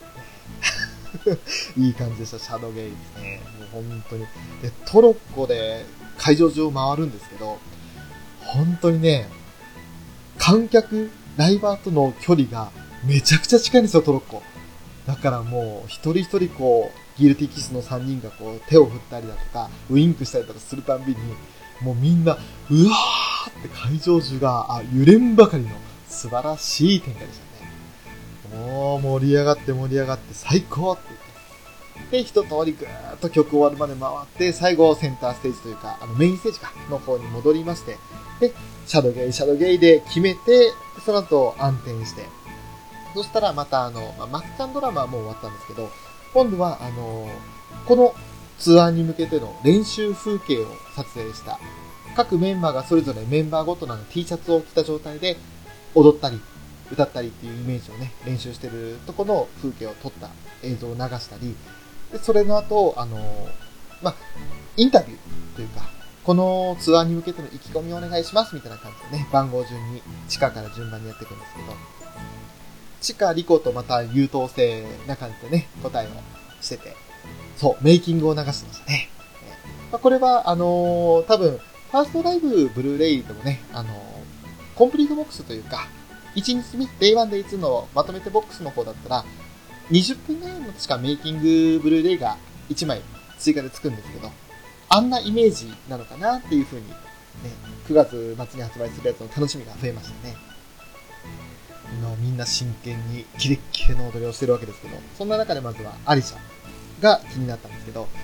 Speaker 3: いい感じでした、シャドウゲイですね。もう本当に。で、トロッコで会場中を回るんですけど、本当にね、観客、ライバーとの距離がめちゃくちゃ近いんですよ、トロッコ。だからもう、一人一人こう、ギルティキスの3人がこう、手を振ったりだとか、ウインクしたりとかするたんびに、もうみんな、うわーって会場中が、揺れんばかりの素晴らしい展開でしたね。もう盛り上がって最高って言って。で、一通りぐーっと曲終わるまで回って、最後センターステージというか、メインステージの方に戻りまして、で、シャドウゲイで決めて、その後暗転して、そしたらまたマッカンドラマはもう終わったんですけど、今度はこのツアーに向けての練習風景を撮影した、各メンバーがそれぞれメンバーごとのT シャツを着た状態で踊ったり歌ったりっていうイメージをね、練習してるとこの風景を撮った映像を流したり、でそれの後、インタビューというか、このツアーに向けての意気込みをお願いしますみたいな感じでね、番号順に地下から順番にやっていくんですけど、地下リコとまた優等生な感じでね、答えをしてて、そう、メイキングを流してましたね。これは、多分、ファーストライブブルーレイでもね、コンプリートボックスというか、1日目、Day 1 Day 2のまとめてボックスの方だったら、20分ぐらいのしかメイキングブルーレイが1枚追加でつくんですけど、あんなイメージなのかなっていう風に、ね、9月末に発売するやつの楽しみが増えましたね。みんな真剣にキレッキレの踊りをしてるわけですけど、そんな中でまずはアリシャが気になったんですけど、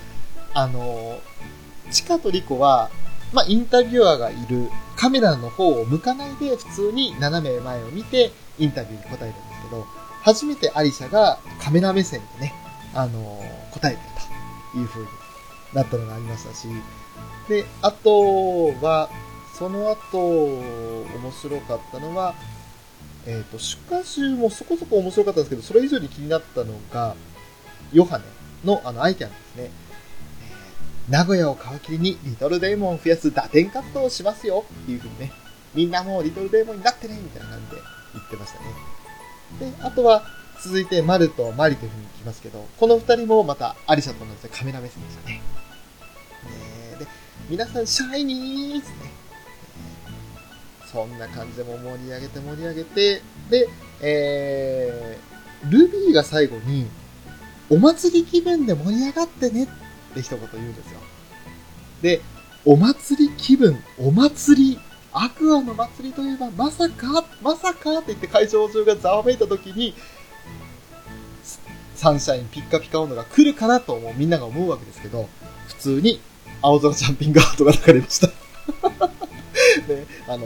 Speaker 3: チカとリコは、インタビュアーがいるカメラの方を向かないで普通に斜め前を見てインタビューに答えるんですけど、初めてアリシャがカメラ目線でね、答えてるという風になったのがありましたし、で、あとは、その後、面白かったのは、主歌集もそこそこ面白かったんですけど、それ以上に気になったのが、ヨハネのアイキャンですね。名古屋を皮切りにリトルデーモンを増やす打点活動をしますよっていう風にね、みんなもうリトルデーモンになってねみたいな感じで言ってましたね。で、あとは続いてマルとマリという風に聞きますけど、この二人もまたアリシャと同じでカメラ目線でしたね。で、皆さんシャイニーですね。そんな感じでも盛り上げて、で、ルビーが最後にお祭り気分で盛り上がってねって一言言うんですよ。で、お祭り気分、お祭り、アクアの祭りといえばまさかって言って会場中がざわめいた時に、サンシャインピッカピカ温度が来るかなとみんなが思うわけですけど、普通に青空ジャンピングアートが流れました。 で、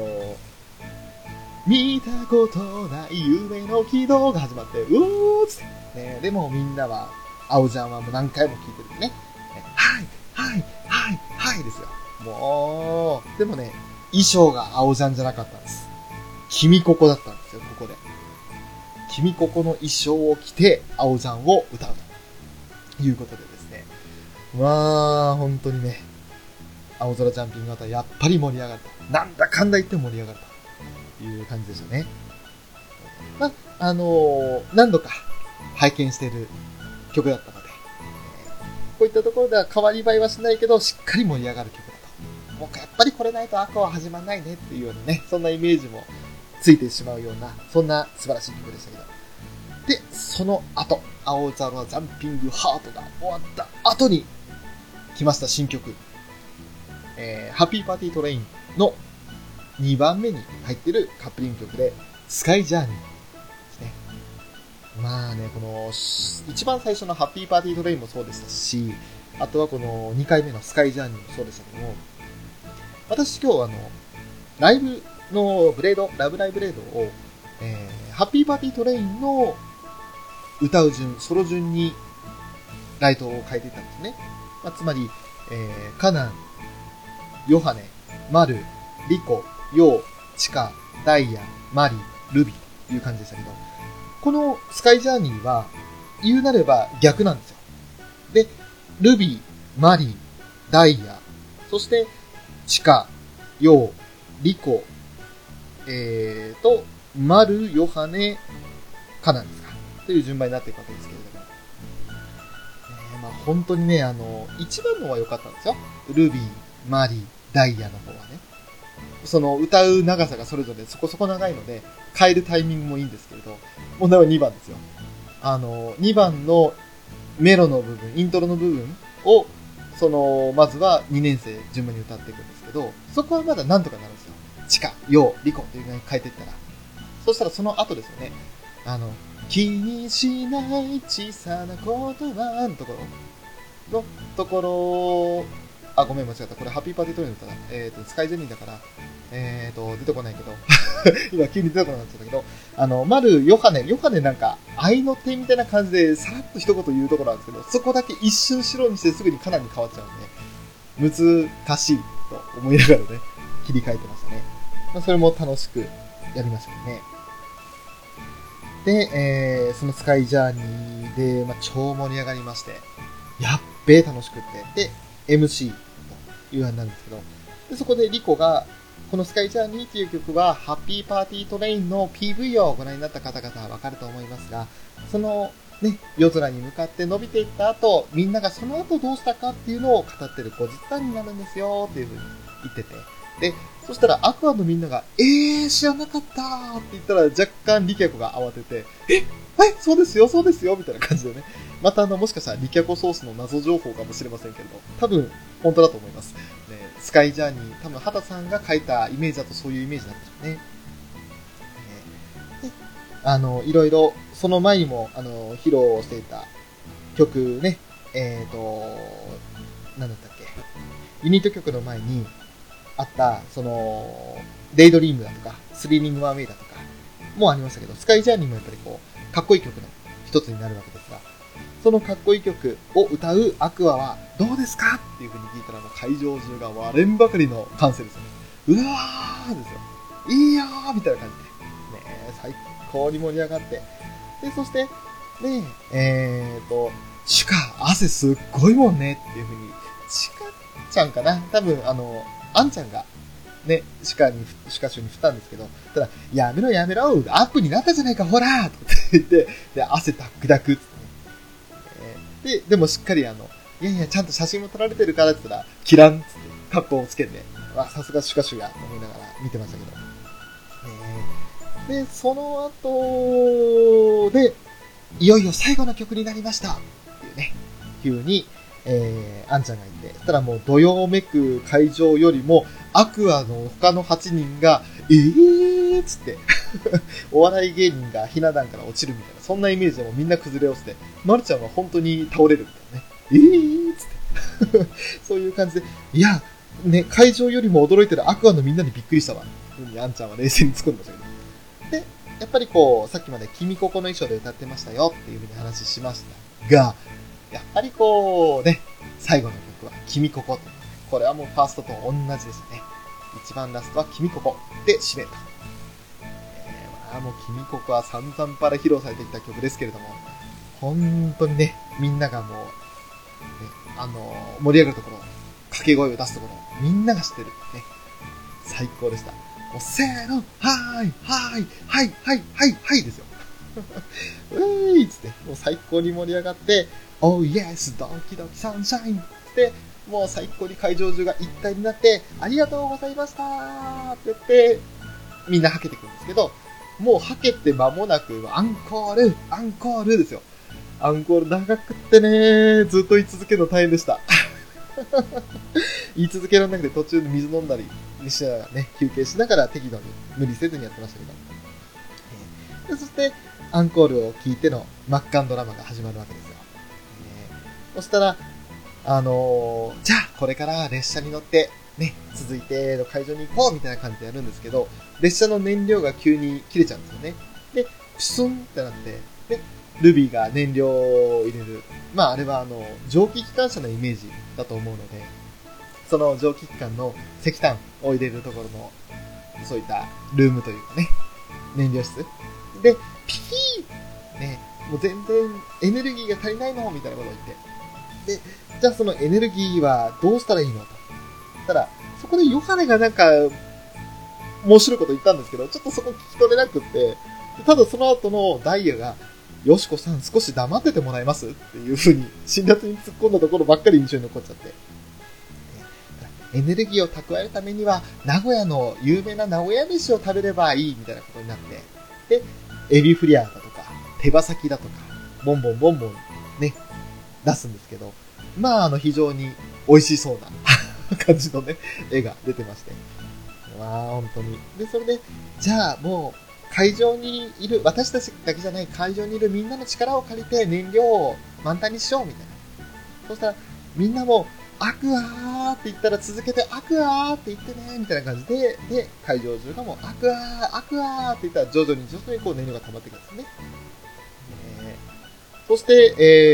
Speaker 3: 見たことない夢の軌道が始まって、うーっつって。ね、でもみんなは、青ちゃんはもう何回も聞いてるね。はい、はい、はい、はいですよ。もう、でもね、衣装が青ちゃんじゃなかったんです。君ここだったんですよ、ここで。君ここの衣装を着て、青ちゃんを歌うということでですね。まあ、本当にね、青空ジャンピング型やっぱり盛り上がった。なんだかんだ言って盛り上がった。という感じでしたね。まあ、何度か拝見している曲だったので、こういったところでは変わり映えはしないけど、しっかり盛り上がる曲だと。もうやっぱりこれないとアクアは始まんないねっていうようなね、そんなイメージもついてしまうような、そんな素晴らしい曲でしたけど。で、その後、青空ジャンピングハートが終わった後に来ました新曲。ハッピーパーティートレインの2番目に入ってるカップリング曲で、スカイジャーニーですね。まあね、この、一番最初のハッピーパーティートレインもそうでしたし、あとはこの2回目のスカイジャーニーもそうでしたけども、私今日ライブのラブライブレードを、ハッピーパーティートレインの歌う順、ソロ順にライトを変えていったんですね。まあ、つまり、カナン、ヨハネ、マル、リコ、ヨウ、チカ、ダイヤ、マリ、ルビという感じでしたけど、このスカイジャーニーは言うなれば逆なんですよ。で、ルビー、マリ、ダイヤ、そしてチカ、ヨウ、リコ、マル、ヨハネ、カナンですか。という順番になっていくわけですけれども。まあ本当にね、一番のは良かったんですよ。ルビー、マリ、ダイヤの方はね。その歌う長さがそれぞれそこそこ長いので、変えるタイミングもいいんですけれど、問題は2番ですよ。2番のメロの部分、イントロの部分を、まずは2年生順番に歌っていくんですけど、そこはまだなんとかなるんですよ。チカ、ヨウ、リコという風に変えていったら。そしたらその後ですよね。気にしない小さなことはのところ、あ、ごめん間違った。これハッピーパーティートレインだったら、スカイジェニーだから、出てこないけど、今急に出てこなくなっちゃったけど、マル、ヨハネなんか、愛の手みたいな感じで、さらっと一言言うところなんですけど、そこだけ一瞬白にしてすぐにカナンに変わっちゃうんで、難しいと思いながらね、切り替えてましたね。まあ、それも楽しくやりましたね。で、そのスカイジャーニーで、まあ、超盛り上がりまして、やっべえ楽しくって、で、MC というようになるんですけど、でそこでリコが、このスカイジャーニーという曲は、ハッピーパーティートレインの PV をご覧になった方々はわかると思いますが、そのね、夜空に向かって伸びていった後、みんながその後どうしたかっていうのを語ってる後日談になるんですよっていう風に言ってて、で、そしたらアクアのみんなが、知らなかったーって言ったら若干リキャコが慌てて、そうですよみたいな感じでね。またもしかしたらリキャコソースの謎情報かもしれませんけれど、多分本当だと思います。ね、スカイジャーニー、多分畑さんが書いたイメージだとそういうイメージなんでしょうね。いろいろ、その前にも、披露していた曲ね、なんだったっけ、ユニット曲の前にあった、デイドリームだとか、スリリングワンウェイだとか、もありましたけど、スカイジャーニーもやっぱりこう、かっこいい曲の一つになるわけですが、そのかっこいい曲を歌うアクアはどうですかっていう風に聞いたら、会場中が割れんばかりの歓声ですよね。うわーですよ。いいよーみたいな感じで。ね、最高に盛り上がって。で、そして、ね、シュカ、汗すっごいもんねっていう風に、シカちゃんかな多分、アンちゃんが、ね、シカシュに振ったんですけど、ただ、やめろ、アップになったじゃないか、ほらーとかって言って、で、汗ダクダクって、でもしっかりいや、ちゃんと写真も撮られてるからって言ったら、キランって、格好をつけて、さすがシュカシュや、と思いながら見てましたけど。で、その後で、いよいよ最後の曲になりましたっていうね、風に、アンちゃんがいて、そしたらもうどよめく会場よりも、アクアの他の8人が、つって、お笑い芸人がひな壇から落ちるみたいな、そんなイメージでもみんな崩れ落ちて、まるちゃんは本当に倒れるみたいなね、つって、そういう感じで、いや、 ね、会場よりも驚いてるアクアのみんなにびっくりしたわ。ふうにあんちゃんは冷静に突っ込んでましたけど。で、やっぱりこう、さっきまで君ここの衣装で歌ってましたよっていう風に話しましたが、やっぱりこうね、最後の曲は君ここ。これはもうファーストと同じでしたね。一番ラストは君ここで締めると。もう君ここは散々パラ披露されてきた曲ですけれども、本当にね、みんながもう、ね、盛り上がるところ、掛け声を出すところ、みんなが知ってる。ね。最高でした。もうせーの、はーい、はーい、はい、はい、はい、はいですよ。うーいっつって、もう最高に盛り上がって、Oh yes, ドキドキサンシャインって、もう最高に会場中が一体になって、ありがとうございましたーって言って、みんなはけてくるんですけど、もうはけて間もなく、アンコール、アンコールですよ。アンコール長くってね、ずっと言い続けるの大変でした。言い続けられなくて途中で水飲んだりしながらね、休憩しながら適度に無理せずにやってましたけど。そして、アンコールを聞いてのマッカンドラマが始まるわけですよ。そしたら、じゃあこれから列車に乗って、ね、続いての会場に行こうみたいな感じでやるんですけど、列車の燃料が急に切れちゃうんですよね。で、プスンってなって、で、ルビーが燃料を入れる。まあ、あれは蒸気機関車のイメージだと思うので、その蒸気機関の石炭を入れるところの、そういったルームというかね、燃料室。で、ピキーね、もう全然エネルギーが足りないのみたいなことを言って。で、じゃあそのエネルギーはどうしたらいいのと。たら、そこでヨハネがなんか、面白いこと言ったんですけど、ちょっとそこ聞き取れなくって、ただその後のダイヤが、よしこさん少し黙っててもらえますっていう風に、辛辣に突っ込んだところばっかり印象に残っちゃって。エネルギーを蓄えるためには、名古屋の有名な名古屋飯を食べればいいみたいなことになって、で、エビフリアだとか、手羽先だとか、ボンボンボンボンね、出すんですけど、まあ非常に美味しそうな感じのね、絵が出てまして。まあ本当に。で、それで、じゃあもう、会場にいる、私たちだけじゃない会場にいるみんなの力を借りて燃料を満タンにしようみたいな。そしたら、みんなも、アクアーって言ったら続けて、アクアーって言ってね、みたいな感じで、で、会場中がもう、アクアー、アクアーって言ったら徐々にこう燃料が溜まっていくんですね。そして、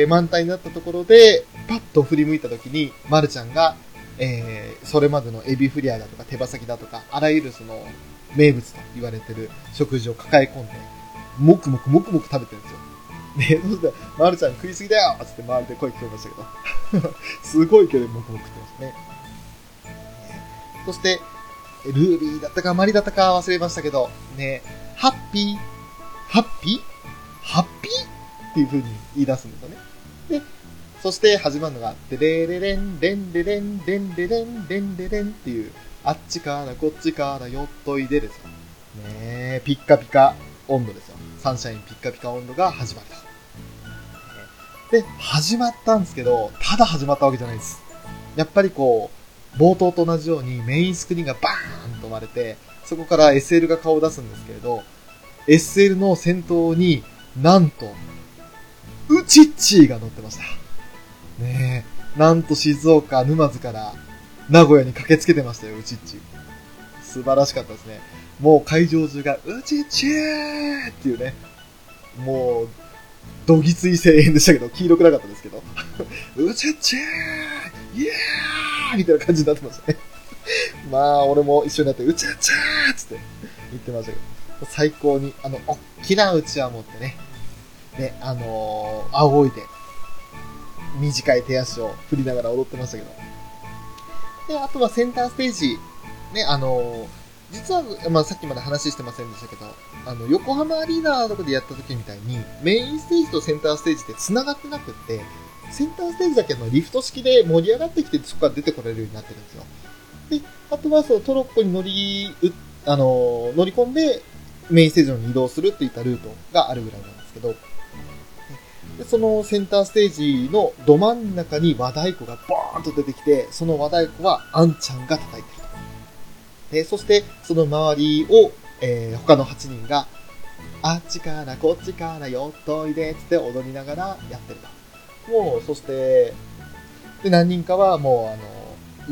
Speaker 3: 満タンになったところで、パッと振り向いたときに、マルちゃんが、それまでのエビフリアだとか手羽先だとか、あらゆるその、名物と言われてる食事を抱え込んで、もくもくもくもく食べてるんですよ。ね、そしたら、マルちゃん食いすぎだよつって周りで声聞こえましたけど、すごい勢いでもくもく食ってましたね。そして、ルービーだったかマリだったか忘れましたけど、ね、ハッピーハッピーハッピーっていう風に言い出すんですよね。で、そして始まるのが、デレレレン、レンレレン、レンレレン、レンレレンっていう、あっちからこっちからよっといでですよ。ねえ、ピッカピカ温度ですよ。サンシャインピッカピカ温度が始まると。で、始まったんですけど、ただ始まったわけじゃないです。やっぱりこう、冒頭と同じようにメインスクリーンがバーンと割れて、そこから SL が顔を出すんですけれど、SL の先頭になんと、ウチッチーが乗ってました。ねえ、なんと静岡、沼津から名古屋に駆けつけてましたよ、ウチッチー。素晴らしかったですね。もう会場中が、ウチッチーっていうね、もう、どぎつい声援でしたけど、黄色くなかったですけど、ウチッチーイエーイみたいな感じになってましたね。まあ、俺も一緒になって、ウチッチーっつって言ってましたけど、最高に、おっきなうちわ持ってね、で、仰いで、短い手足を振りながら踊ってましたけど。で、あとはセンターステージ、ね、実は、まあ、さっきまで話してませんでしたけど、横浜アリーナとかでやった時みたいに、メインステージとセンターステージって繋がってなくって、センターステージだけリフト式で盛り上がってきて、そこから出てこれるようになってるんですよ。で、あとはそのトロッコに乗り込んで、メインステージに移動するっていったルートがあるぐらいなんですけど、でそのセンターステージのど真ん中に和太鼓がボーンと出てきて、その和太鼓はあんちゃんが叩いてると。で、そしてその周りを、他の8人が、あっちからこっちからよっといでつって踊りながらやってると。もう、そして、で、何人かはもう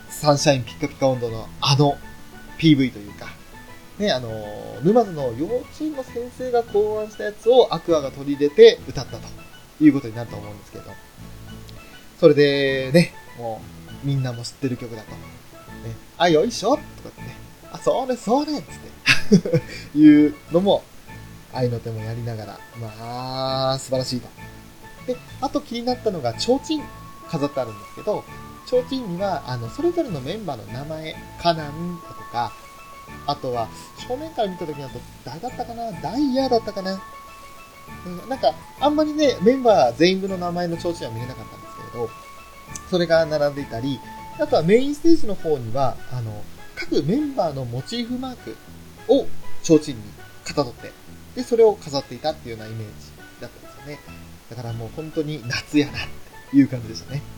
Speaker 3: サンシャインピッカピカ温度のPV というか、ね、沼津の幼稚園の先生が考案したやつをアクアが取り入れて歌ったということになると思うんですけど、それでね、もうみんなも知ってる曲だと。ね、あ、よいしょとかってね、あ、それそれっつっていうのも、愛の手もやりながら、まあ、素晴らしいと。で、あと気になったのが、提灯飾ってあるんですけど、提灯には、それぞれのメンバーの名前、カナンだとか、あとは、正面から見た時だと、誰だったかな、ダイヤだったかな。なんか、あんまりね、メンバー全員分の名前の提灯は見れなかったんですけれど、それが並んでいたり、あとはメインステージの方には、各メンバーのモチーフマークを提灯にかたどって、で、それを飾っていたっていうようなイメージだったんですよね。だからもう本当に夏やなっていう感じでしたね。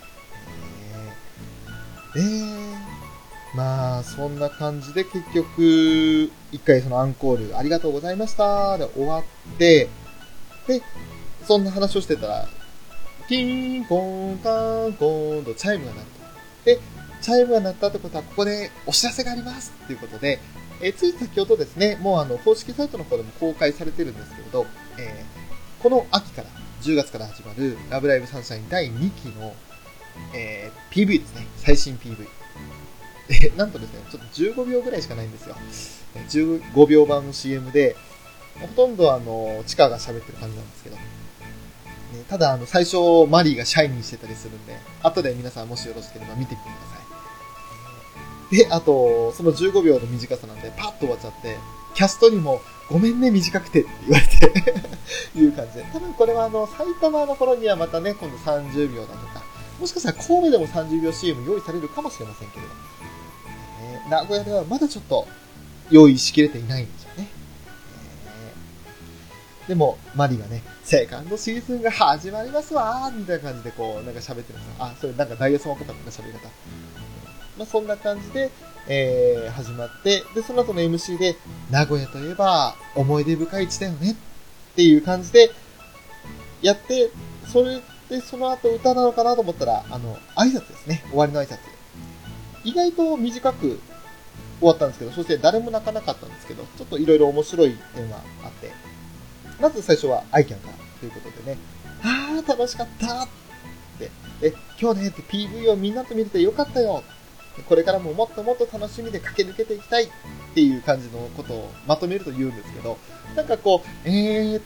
Speaker 3: まあ、そんな感じで結局、一回そのアンコールありがとうございましたで終わって、で、そんな話をしてたら、ピンポンカーンコーンとチャイムが鳴ると。で、チャイムが鳴ったってことはここでお知らせがありますっていうことで、つい先ほどですね、もう公式サイトの方でも公開されてるんですけれど、この秋から、10月から始まるラブライブサンシャイン第2期の、PV ですね、最新 PV。なんとですね、ちょっと15秒ぐらいしかないんですよ。15秒版の CM で、ほとんどチカが喋ってる感じなんですけど、ただ最初マリーがシャイニーしてたりするんで、後で皆さんもしよろしければ見てみてください。で、あと、その15秒の短さなんで、パッと終わっちゃって、キャストにも、ごめんね、短くてって言われていう感じで。多分これは埼玉の頃にはまたね、今度30秒だとか、もしかしたら神戸でも30秒 CM 用意されるかもしれませんけれど、名古屋ではまだちょっと用意しきれていないんでしょうね。でも、マリがね、セカンドシーズンが始まりますわーみたいな感じでこう、なんか喋ってるんですよ。あ、それなんかダイヤ様っぽかったな、喋り方。まあ、そんな感じで、始まって、で、その後の MC で、名古屋といえば思い出深い地だよねっていう感じでやって、それでその後歌なのかなと思ったら、挨拶ですね。終わりの挨拶。意外と短く終わったんですけど、そして誰も泣かなかったんですけど、ちょっといろいろ面白い点はあって、まず最初はアイキャンからということでね、あー楽しかったって、今日ねって PV をみんなと見れてよかったよ。これからももっともっと楽しみで駆け抜けていきたいっていう感じのことをまとめると言うんですけど、なんかこう、って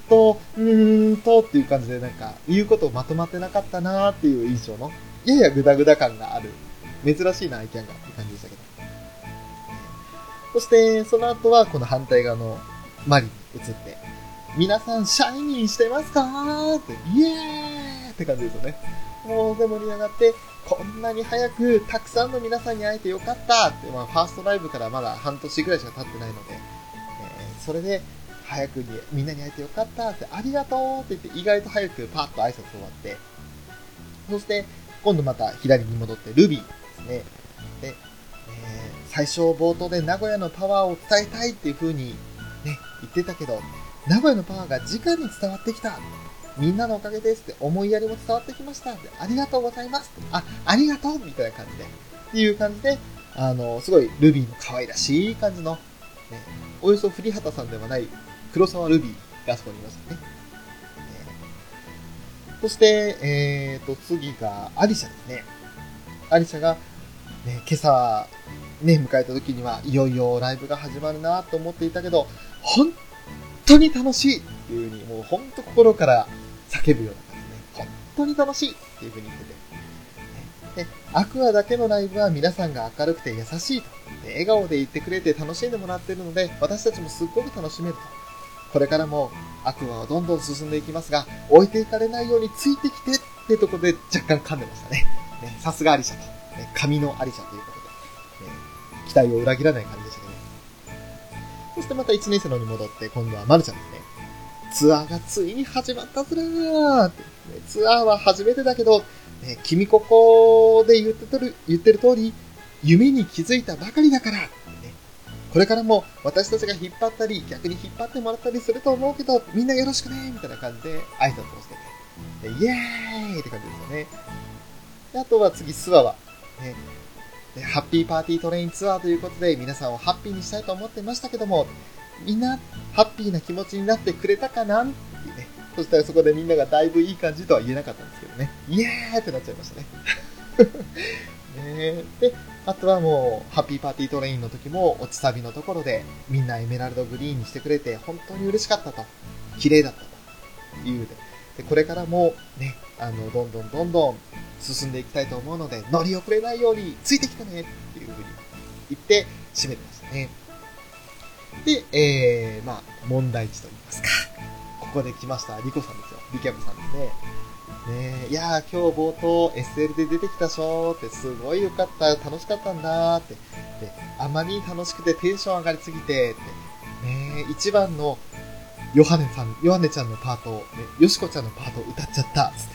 Speaker 3: いう感じでなんか言うことをまとまってなかったなーっていう印象の、ややグダグダ感がある、珍しいなアイキャンがって感じでしたけど。そして、その後はこの反対側のマリに移って、皆さんシャイニーしてますかーって、イエーイって感じですよね。もうで盛り上がって、こんなに早くたくさんの皆さんに会えてよかったって、まあファーストライブからまだ半年ぐらいしか経ってないので、それで早くにみんなに会えてよかったって、ありがとうって言って意外と早くパッと挨拶終わって、そして今度また左に戻ってルビーですね。で、最初冒頭で名古屋のパワーを伝えたいっていう風にね、言ってたけど、名古屋のパワーが直に伝わってきた。みんなのおかげですって思いやりも伝わってきました。ありがとうございます。ありがとうみたいな感じで。っていう感じで、すごいルビーの可愛らしい感じの、ね、およそ栗畑さんではない黒沢ルビーがあそこにいましたね。そして、次がアリシャですね。アリシャが、ね、今朝、ね、迎えた時には、いよいよライブが始まるなと思っていたけど、本当に楽しいっていう風に、もう本当心から叫ぶような感じで、本当に楽しいっていう風に言ってて。で、アクアだけのライブは皆さんが明るくて優しいと。で、笑顔で言ってくれて楽しんでもらっているので、私たちもすっごく楽しめると。これからもアクアはどんどん進んでいきますが、置いていかれないようについてきてってところで若干噛んでましたね。さすがアリシャと。神のアリシャということで、期待を裏切らない感じでしたけど。そしてまた1年生のに戻って、今度はマルちゃんですね。ツアーがついに始まったずらーって、ツアーは初めてだけど、君ここで言ってる通り、夢に気づいたばかりだから、これからも私たちが引っ張ったり、逆に引っ張ってもらったりすると思うけど、みんなよろしくねみたいな感じで挨拶をしてて、イエーイって感じですよね。であとは次、スワは、 でハッピーパーティートレインツアーということで皆さんをハッピーにしたいと思ってましたけども、みんなハッピーな気持ちになってくれたかなっていうね。そしたらそこでみんながだいぶいい感じとは言えなかったんですけどね。イエーってなっちゃいましたね。で、あとはもう、ハッピーパーティートレインの時も、落ちサビのところで、みんなエメラルドグリーンにしてくれて、本当に嬉しかったと。綺麗だったというで、これからもね、どんどん進んでいきたいと思うので、乗り遅れないようについてきてねっていう風に言って締めてましたね。で、まあ、問題児と言いますか。ここで来ました、リコさんですよ。リキャブさんですね。ねえ、いやー今日冒頭 SL で出てきたしょーってすごい良かった、楽しかったんだーって。で、あまりに楽しくてテンション上がりすぎて、って。ねえ、一番のヨハネちゃんのパート、ね、ヨシコちゃんのパート歌っちゃった、つって。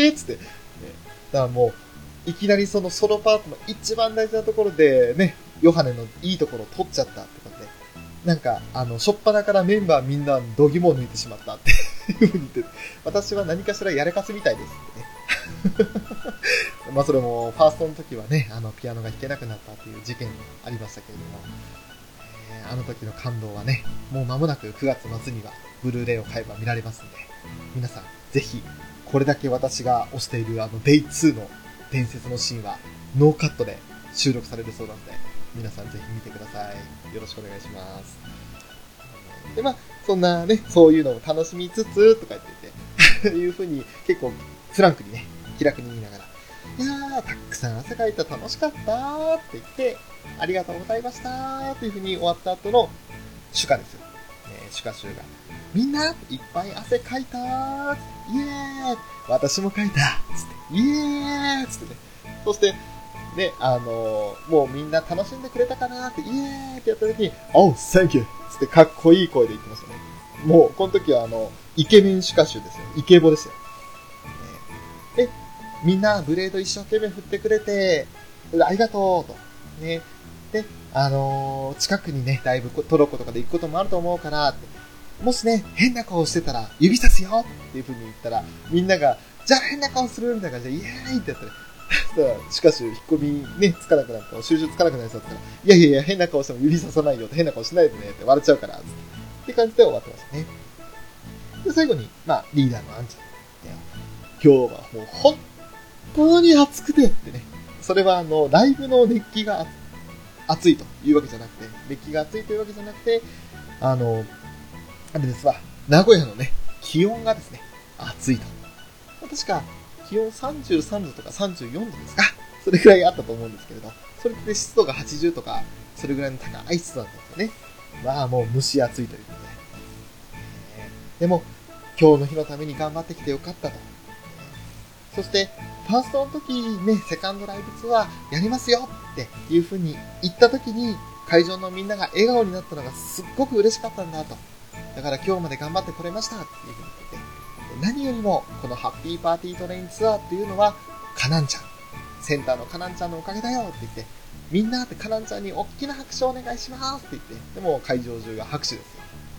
Speaker 3: つって。ね、だからもう、いきなりそのソロパートの一番大事なところでね、ヨハネのいいところを取っちゃったってことで、なんか、しょっぱなからメンバーみんな度肝を抜いてしまったっていうふうに言って、私は何かしらやらかすみたいですってね。まあそれも、ファーストの時はね、ピアノが弾けなくなったっていう事件がありましたけれども、あの時の感動はね、もう間もなく9月末にはブルーレイを買えば見られますんで、皆さん、ぜひ、これだけ私が推しているデイ2の伝説のシーンは、ノーカットで収録されるそうなので、皆さんぜひ見てください。よろしくお願いします。で、まあ、そんなね、そういうのを楽しみつつ、とか言っていて、いう風に結構フランクにね、気楽に言いながら、いやー、たくさん汗かいた楽しかったーって言って、ありがとうございましたーという風に終わった後の主歌ですよ。主歌集が。みんないっぱい汗かいたーイエーイ私もかいたつって、イエーイつってね。そして、ね、もうみんな楽しんでくれたかなーって、イエーイってやった時に、Oh, thank you! つってかっこいい声で言ってましたね。もう、この時はイケメン主歌集ですよ。イケボですよ。で、みんなブレード一生懸命振ってくれて、ありがとうと。ね。で、近くにね、だいぶトロッコとかで行くこともあると思うからって、もしね、変な顔してたら指さすよっていう風に言ったら、みんなが、じゃあ変な顔するみたいな感じで、イエーイってやったら、しかし、引っ込みね、つかなくなった、収集つかなくなりそうだったら、いや、変な顔しても指ささないよって、変な顔しないでねって笑っちゃうから、って感じで終わってましたね。で、最後に、まあ、リーダーのアンちゃん。今日はもう本当に暑くてってね。それはライブの熱気が暑いというわけじゃなくて、熱気が暑いというわけじゃなくて、あれですわ、名古屋のね、気温がですね、暑いと。確か、気温33度とか34度ですか？それぐらいあったと思うんですけれど、それで湿度が80とか、それぐらいの高い湿度だったんですよね。まあもう蒸し暑いということで。でも、今日の日のために頑張ってきてよかったと。そして、ファーストの時ね、セカンドライブツアーやりますよっていう風に言った時に、会場のみんなが笑顔になったのがすっごく嬉しかったんだと。だから今日まで頑張ってこれましたっていう風に言ってて、何よりもこのハッピーパーティートレインツアーっていうのは、カナンちゃん、センターのカナンちゃんのおかげだよって言って、みんなってカナンちゃんに大きな拍手をお願いしますって言って、でも会場中が拍手ですよ。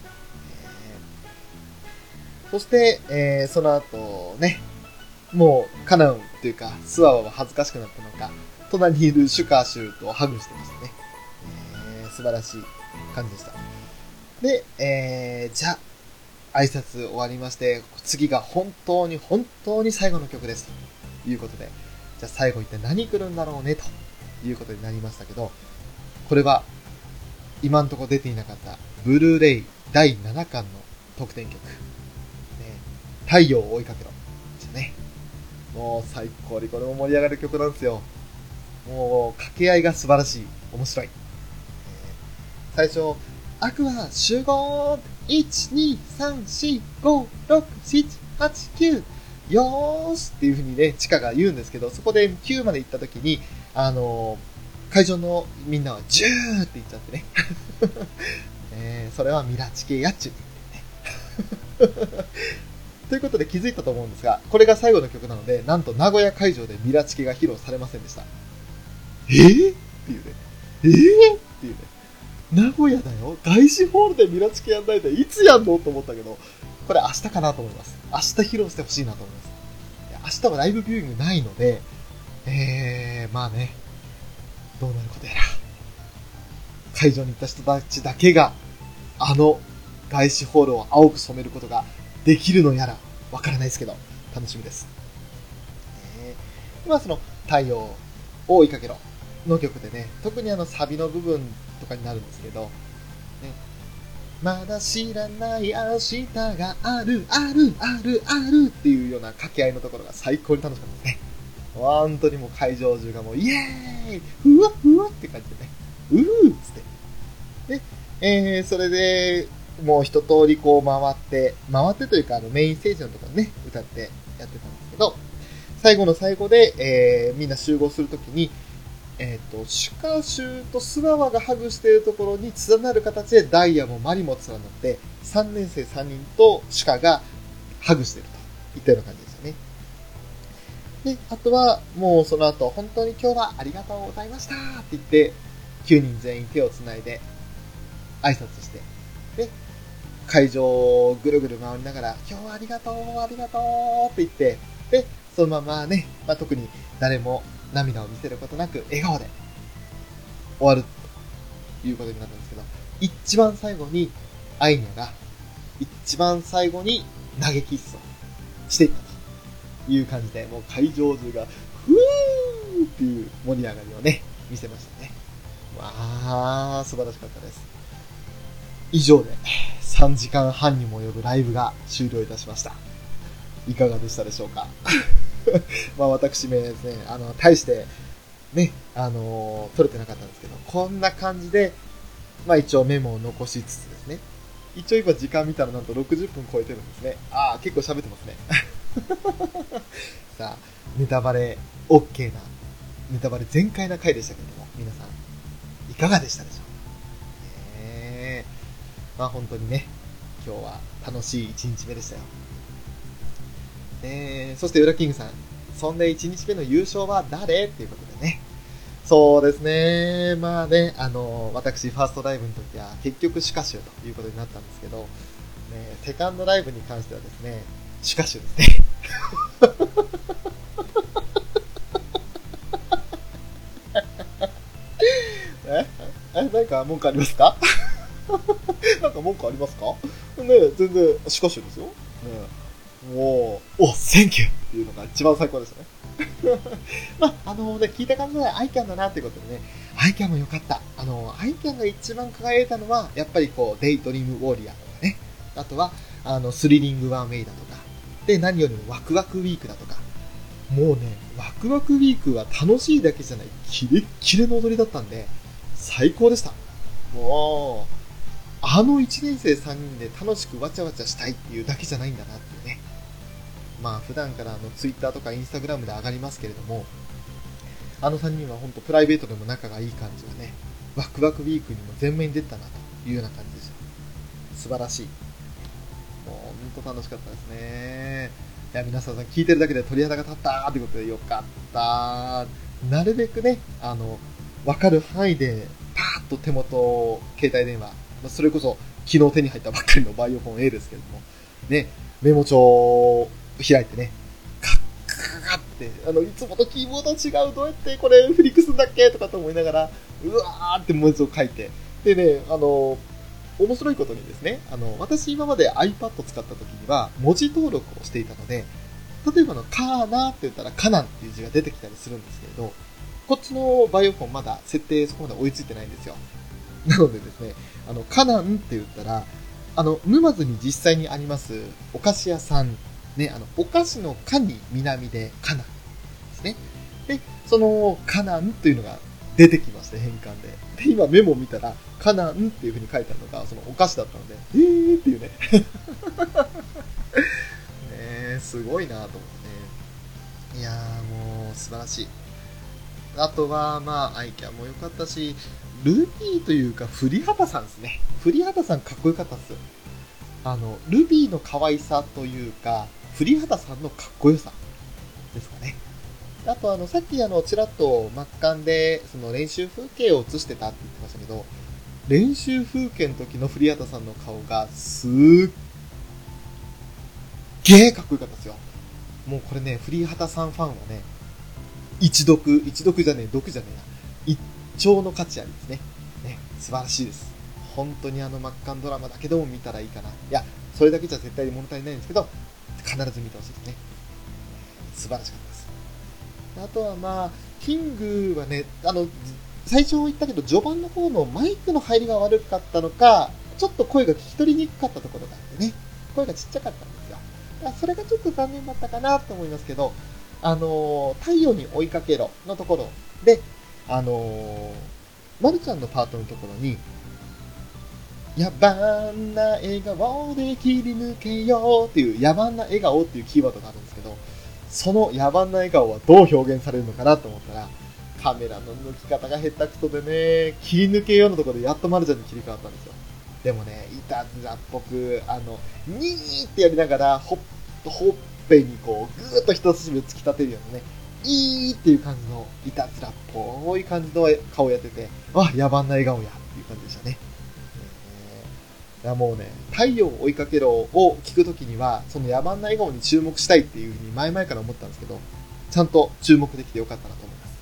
Speaker 3: そして、その後ね、もうカナンっていうか、スワワは恥ずかしくなったのか、隣にいるシュカーシューとハグしてましたね。素晴らしい感じでした。で、じゃあ、挨拶終わりまして、次が本当に最後の曲です。ということで、じゃあ最後一体何来るんだろうね、ということになりましたけど、これは、今んとこ出ていなかった、ブルーレイ第7巻の特典曲。太陽を追いかけろ。でしたね。もう最高にこれも盛り上がる曲なんですよ。もう掛け合いが素晴らしい。面白い。最初、アクア集合 !1,2,3,4,5,6,7,8,9 よーしっていう風にね、チカが言うんですけど、そこで9まで行った時に、会場のみんなは10って言っちゃってね。それはミラチケやっちゅうって言ってね。ということで気づいたと思うんですが、これが最後の曲なので、なんと名古屋会場でミラチケが披露されませんでした。っていうね。っていうね。名古屋だよ。外資ホールでミラチケやんないでいつやんのと思ったけど、これ明日かなと思います。明日披露してほしいなと思います。明日はライブビューイングないので、まあね、 どうなることやら。会場に行った人たちだけが、外資ホールを青く染めることができるのやら、わからないですけど、楽しみです。今その、太陽を追いかけろの曲でね、特にサビの部分とかになるんですけど、ね、まだ知らない明日があるっていうような掛け合いのところが最高に楽しかったですね。本当にもう会場中がもうイエーイふわふわって感じでね、うーっつって。で、それで、もう一通りこう回ってというかメインステージのところね、歌ってやってたんですけど、最後の最後で、みんな集合するときに、シュカシュとスワワがハグしているところに連なる形でダイヤもマリも連なって、3年生3人とシュカがハグしているといったような感じでしたね。で、あとはもうその後、本当に今日はありがとうございましたって言って、9人全員手をつないで挨拶して、で、会場をぐるぐる回りながら、今日はありがとうって言って、で、そのままね、特に誰も涙を見せることなく笑顔で終わるということになったんですけど、一番最後にアイニャが一番最後に投げキッスをしていったという感じで、もう会場中がふーっていう盛り上がりをね、見せましたね。わー、素晴らしかったです。以上で3時間半にも及ぶライブが終了いたしました。いかがでしたでしょうか。私めですね、大してね、撮れてなかったんですけど、こんな感じで、一応メモを残しつつですね、一応今時間見たらなんと60分超えてるんですね。結構喋ってますね。さあ、ネタバレ OK な、ネタバレ全開な回でしたけれども、皆さん、いかがでしたでしょうか。本当にね、今日は楽しい1日目でしたよ。そしてウラキングさん、そんで1日目の優勝は誰っていうことでね。そうですね。私、ファーストライブの時は結局シュカシュということになったんですけど、セカンドライブに関してはですね、シュカシュですね。何か文句ありますか？なんか文句ありますか？ね、全然シュカシュですよ。もう、センキューっていうのが一番最高でしたね。聞いた感じでアイキャンだなっていうことでね、アイキャンも良かった。アイキャンが一番輝いたのは、やっぱりデイドリームウォーリアとかね、あとは、スリリングワンウェイだとか、で、何よりもワクワクウィークだとか、もうね、ワクワクウィークは楽しいだけじゃない、キレッキレの踊りだったんで、最高でした。もう、1年生3人で楽しくわちゃわちゃしたいっていうだけじゃないんだなっていうね。普段からツイッターとかインスタグラムで上がりますけれども、3人は本当プライベートでも仲がいい感じがね、ワクワクウィークにも前面に出たなというような感じでした。素晴らしい。もう本当楽しかったですね。いや、皆さん聞いてるだけで鳥肌が立ったーということでよかったー。なるべくね、わかる範囲でパーッと手元携帯電話、それこそ昨日手に入ったばっかりのバイオフォン A ですけれども、ね、メモ帳を開いてね、カッカッって、いつもとキーボード違う、どうやってこれフリックすんだっけとかと思いながら、うわーって文字を書いて、でね、面白いことにですね、私今まで iPad 使った時には文字登録をしていたので、例えばカーナーって言ったらカナンっていう字が出てきたりするんですけれど、こっちのバイオフォンまだ設定そこまで追いついてないんですよ。なのでですね、カナンって言ったら、沼津に実際にありますお菓子屋さん、ね、お菓子のカに南でカナンですね。で、そのカナンというのが出てきまして、変換で。で、今メモを見たら、カナンっていう風に書いてあるのが、そのお菓子だったので、っていうね。ね、すごいなと思ってね。いやー、もう素晴らしい。あとは、アイキャンも良かったし、ルビーというか、フリハタさんですね。フリハタさんかっこよかったっす。ルビーの可愛さというか、フリハタさんのかっこよさですかね。あと、さっきちらっと真っ赤で、その練習風景を映してたって言ってましたけど、練習風景の時のフリハタさんの顔が、すっげーかっこよかったですよ。もうこれね、フリハタさんファンはね、毒じゃねえな。 聴の価値ありですね。ね、素晴らしいです。本当にマッカンドラマだけでも見たらいいかな。いや、それだけじゃ絶対に物足りないんですけど、必ず見てほしいですね。素晴らしかったです。あとはまあ、キングはね、最初言ったけど、序盤の方のマイクの入りが悪かったのか、ちょっと声が聞き取りにくかったところがあってね、声がちっちゃかったんですよ。だからそれがちょっと残念だったかなと思いますけど、太陽に追いかけろのところで、まるちゃんのパートのところに、野蛮な笑顔で切り抜けようっていう、野蛮な笑顔っていうキーワードがあるんですけど、その野蛮な笑顔はどう表現されるのかなと思ったら、カメラの抜き方が下手くそでね、切り抜けようのところでやっとまるちゃんに切り替わったんですよ。でもね、いたずらっぽく、ニーってやりながら、ほっぺにこう、ぐーっと人差し指を突き立てるようなね、いーっていう感じの、いたずらっぽい感じの顔をやってて、わ、野蛮な笑顔やっていう感じでしたね。いやもうね、太陽を追いかけろを聞くときには、その野蛮な笑顔に注目したいっていうふうに前々から思ったんですけど、ちゃんと注目できてよかったなと思います。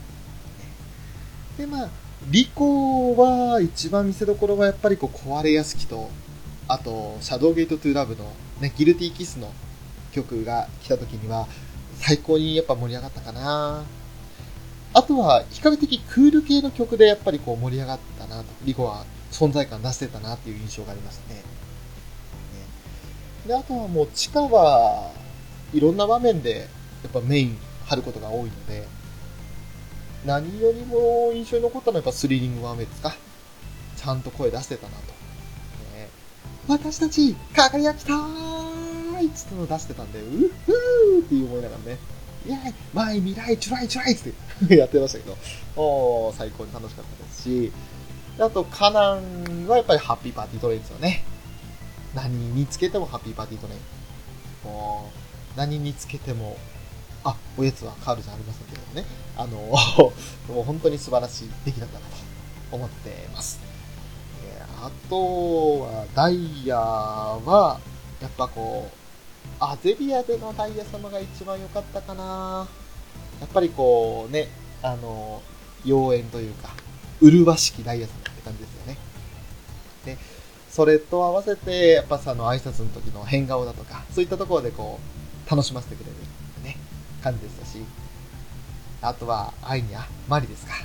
Speaker 3: で、まあ、リコは一番見せどころはやっぱりこう壊れやすきと、あと、シャドウゲートトゥーラブのね、ギルティーキスの曲が来たときには、最高にやっぱ盛り上がったかな。あとは、比較的クール系の曲でやっぱりこう盛り上がったなと、リコは存在感出してたなっていう印象がありましたね。で、あとはもう、チカはいろんな場面でやっぱメイン張ることが多いので、何よりも印象に残ったのはやっぱスリリングワンウェイですか。ちゃんと声出してたなと。私たち、輝きたーいっつってのを出してたんで、うっふーって思いながらね、イェイ前未来チュライチュライってやってましたけど、最高に楽しかったですし、あと、カナンはやっぱりハッピーパーティートレインですよね。何につけてもハッピーパーティートレイン。もう、何につけても、おやつはカールじゃありませんけどね。もう本当に素晴らしい出来だったなと思ってます。あとは、ダイヤは、やっぱこう、アゼリアでのダイヤ様が一番良かったかな。やっぱりこうね、妖艶というか、麗しきダイヤ様って感じですよね。で、それと合わせて、やっぱ挨拶の時の変顔だとか、そういったところでこう、楽しませてくれるね、感じでしたし、あとは、アイニャ、マリですか。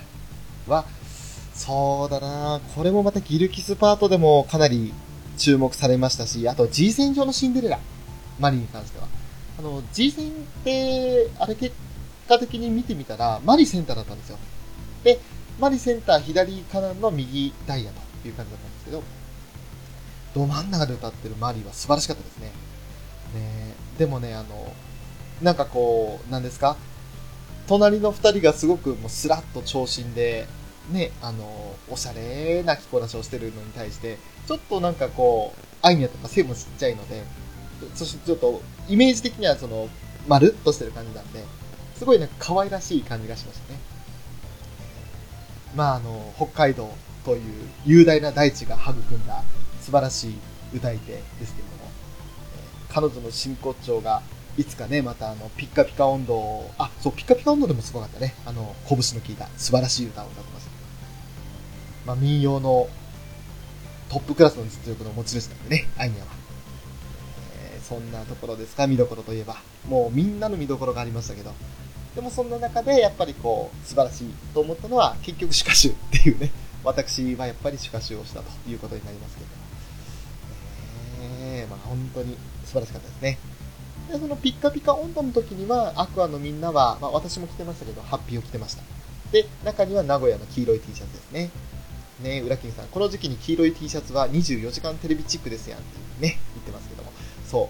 Speaker 3: そうだな、これもまたギルキスパートでもかなり注目されましたし、あと G 戦場のシンデレラ、マリに関しては。G 戦って、あれ結果的に見てみたら、マリセンターだったんですよ。で、マリセンター左からの右ダイヤという感じだったんですけど、ど真ん中で歌ってるマリは素晴らしかったですね。でもね、なんかこう、なんですか、隣の二人がすごくもうスラッと長身で、ね、おしゃれな着こなしをしてるのに対して、ちょっとなんかこう、アイニャとか背もちっちゃいので、そしてちょっと、イメージ的にはまるっとしてる感じなんで、すごいなんか可愛らしい感じがしましたね。まあ北海道という雄大な大地が育んだ素晴らしい歌い手ですけれども、彼女の真骨頂が、いつかね、またピッカピカ温度を、そう、ピッカピカ温度でもすごかったね。拳の効いた素晴らしい歌を歌ってました。まあ、民謡のトップクラスの実力の持ち主なんでね、アイニャは。そんなところですか、見どころといえば。もうみんなの見どころがありましたけど。でもそんな中で、やっぱりこう、素晴らしいと思ったのは、結局シュカシュっていうね、私はやっぱりシュカシュをしたということになりますけど。まあ本当に素晴らしかったですね。で、そのピッカピカ温度の時には、アクアのみんなは、まあ私も着てましたけど、ハッピーを着てました。で、中には名古屋の黄色い T シャツですね。ね、ウラキンさん、この時期に黄色い T シャツは24時間テレビチックですやんっていうね、言ってますけども。そう、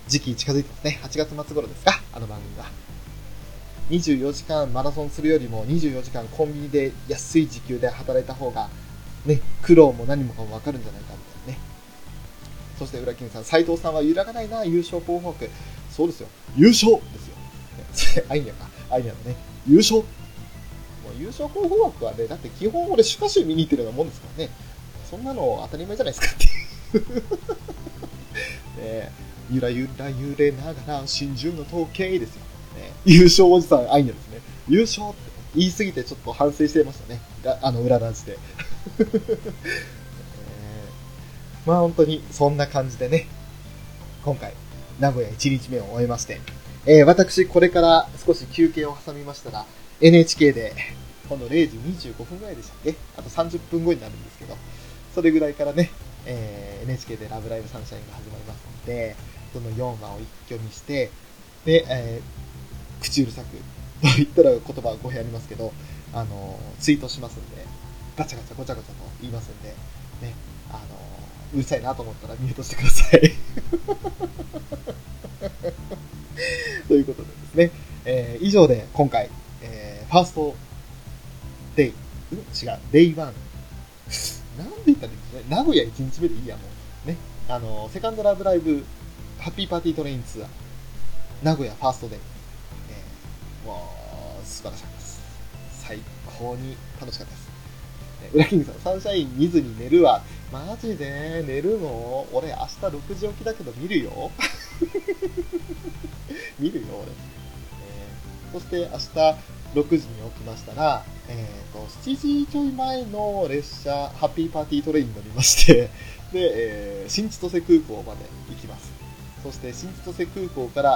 Speaker 3: 時期近づいてますね。8月末頃ですか、番組は。24時間マラソンするよりも24時間コンビニで安い時給で働いた方が、ね、苦労も何もかもわかるんじゃないかみたいなね。そして裏金さん、斉藤さんは揺らがないな、優勝候補枠。そうですよ。優勝ですよ。アイニャか。アイニャのね、優勝。もう優勝候補枠はね、だって基本俺主歌集見に行ってるようなもんですからね。そんなの当たり前じゃないですかっていう。ね、ゆらゆら揺れながら真珠の時計ですよ。ね、優勝おじさん、アイニャですね。優勝って。 言い過ぎてちょっと反省してましたね。裏ラジで。まあ本当にそんな感じでね、今回、名古屋1日目を終えまして、私これから少し休憩を挟みましたら、NHK で、今度0時25分ぐらいでしたっけ？あと30分後になるんですけど、それぐらいからね、NHK でラブライブサンシャインが始まりますので、その4話を一挙にして、で、口うるさく、と言ったら言葉は語弊ありますけど、ツイートしますんで、ガチャガチャごちゃごちゃと言いますんで、ね、うるさいなと思ったらミュートしてください。ということでですね、以上で今回、ファーストデイ、違う、デイ1。なんで言ったらいいんですね。名古屋1日目でいいや、もう。ね。セカンドラブライブ、ハッピーパーティートレインツアー、名古屋ファーストデイ。もう、素晴らしかったです。最高に楽しかったです。ウラキングさん、サンシャイン見ずに寝るわ。マジで寝るの？俺明日6時起きだけど見るよ。見るよ、俺。そして明日6時に起きましたら、7時ちょい前の列車、ハッピーパーティートレインに乗りまして、で、新千歳空港まで行きます。そして新千歳空港から、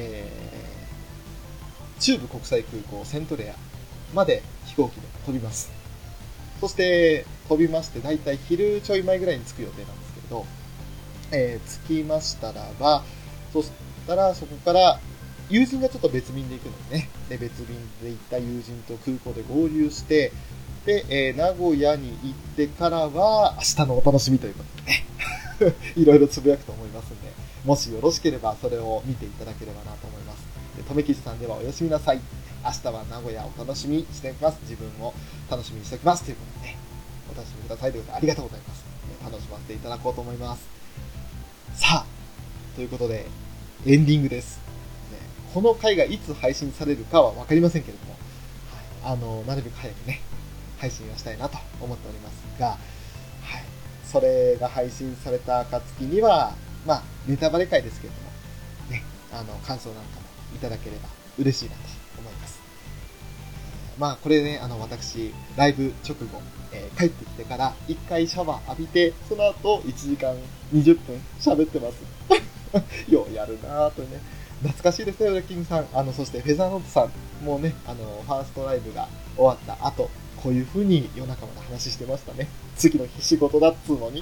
Speaker 3: 中部国際空港セントレアまで飛行機で飛びます。そして飛びまして、だいたい昼ちょい前ぐらいに着く予定なんですけれど、着きましたらば、そしたらそこから友人がちょっと別便で行くのでね、で別便で行った友人と空港で合流して、で、名古屋に行ってからは明日のお楽しみということでね、いろいろつぶやくと思いますので、もしよろしければそれを見ていただければなと思います。で、とめきちさんではおやすみなさい。明日は名古屋を楽しみにしておきます。自分も楽しみにしておきます。ということでね、お楽しみくださいということでありがとうございます。楽しませていただこうと思います。さあ、ということで、エンディングです。ね、この回がいつ配信されるかはわかりませんけれども、はい、なるべく早くね、配信はしたいなと思っておりますが、はい、それが配信された暁には、まあ、ネタバレ回ですけれども、ね、感想なんかもいただければ嬉しいなと思います。まあ、これね、私、ライブ直後、帰ってきてから1回シャワー浴びて、その後1時間20分喋ってます。ようやるなぁとね。懐かしいですね、ウラキングさん。そしてフェザーノートさんもね、ファーストライブが終わった後、こういう風に夜中まで話してましたね。次の日仕事だっつうのに。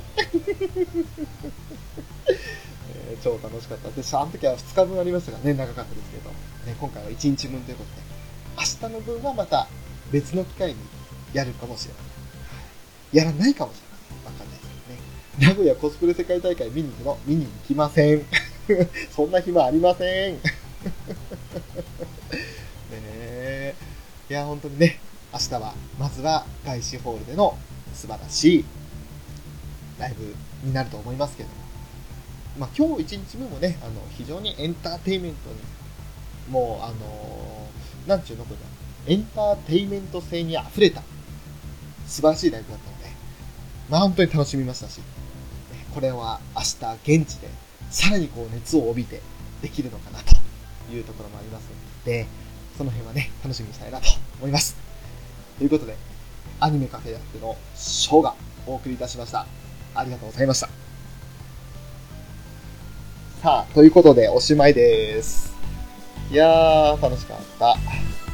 Speaker 3: 超楽しかったです。あの時は2日分ありましたがね、長かったですけど、ね、今回は1日分ということで、明日の分はまた別の機会にやるかもしれない。やらないかもしれない。わかんないですけどね。名古屋コスプレ世界大会見に行くの？見に行きません。そんな暇ありません。ねえ。いや、本当にね、明日は、まずは外資ホールでの素晴らしいライブになると思いますけども。まあ、今日1日目もね、非常にエンターテイメントに、もう、なんちゅうのこれ、エンターテイメント性に溢れた、素晴らしいライブだったので、まあ、本当に楽しみましたし、これは明日現地で、さらにこう熱を帯びてできるのかなというところもありますので、その辺はね、楽しみにしたいなと思います。ということで、アニメカフェやってのショーがお送りいたしました。ありがとうございました。さあ、ということでおしまいです。いやー、楽しかった。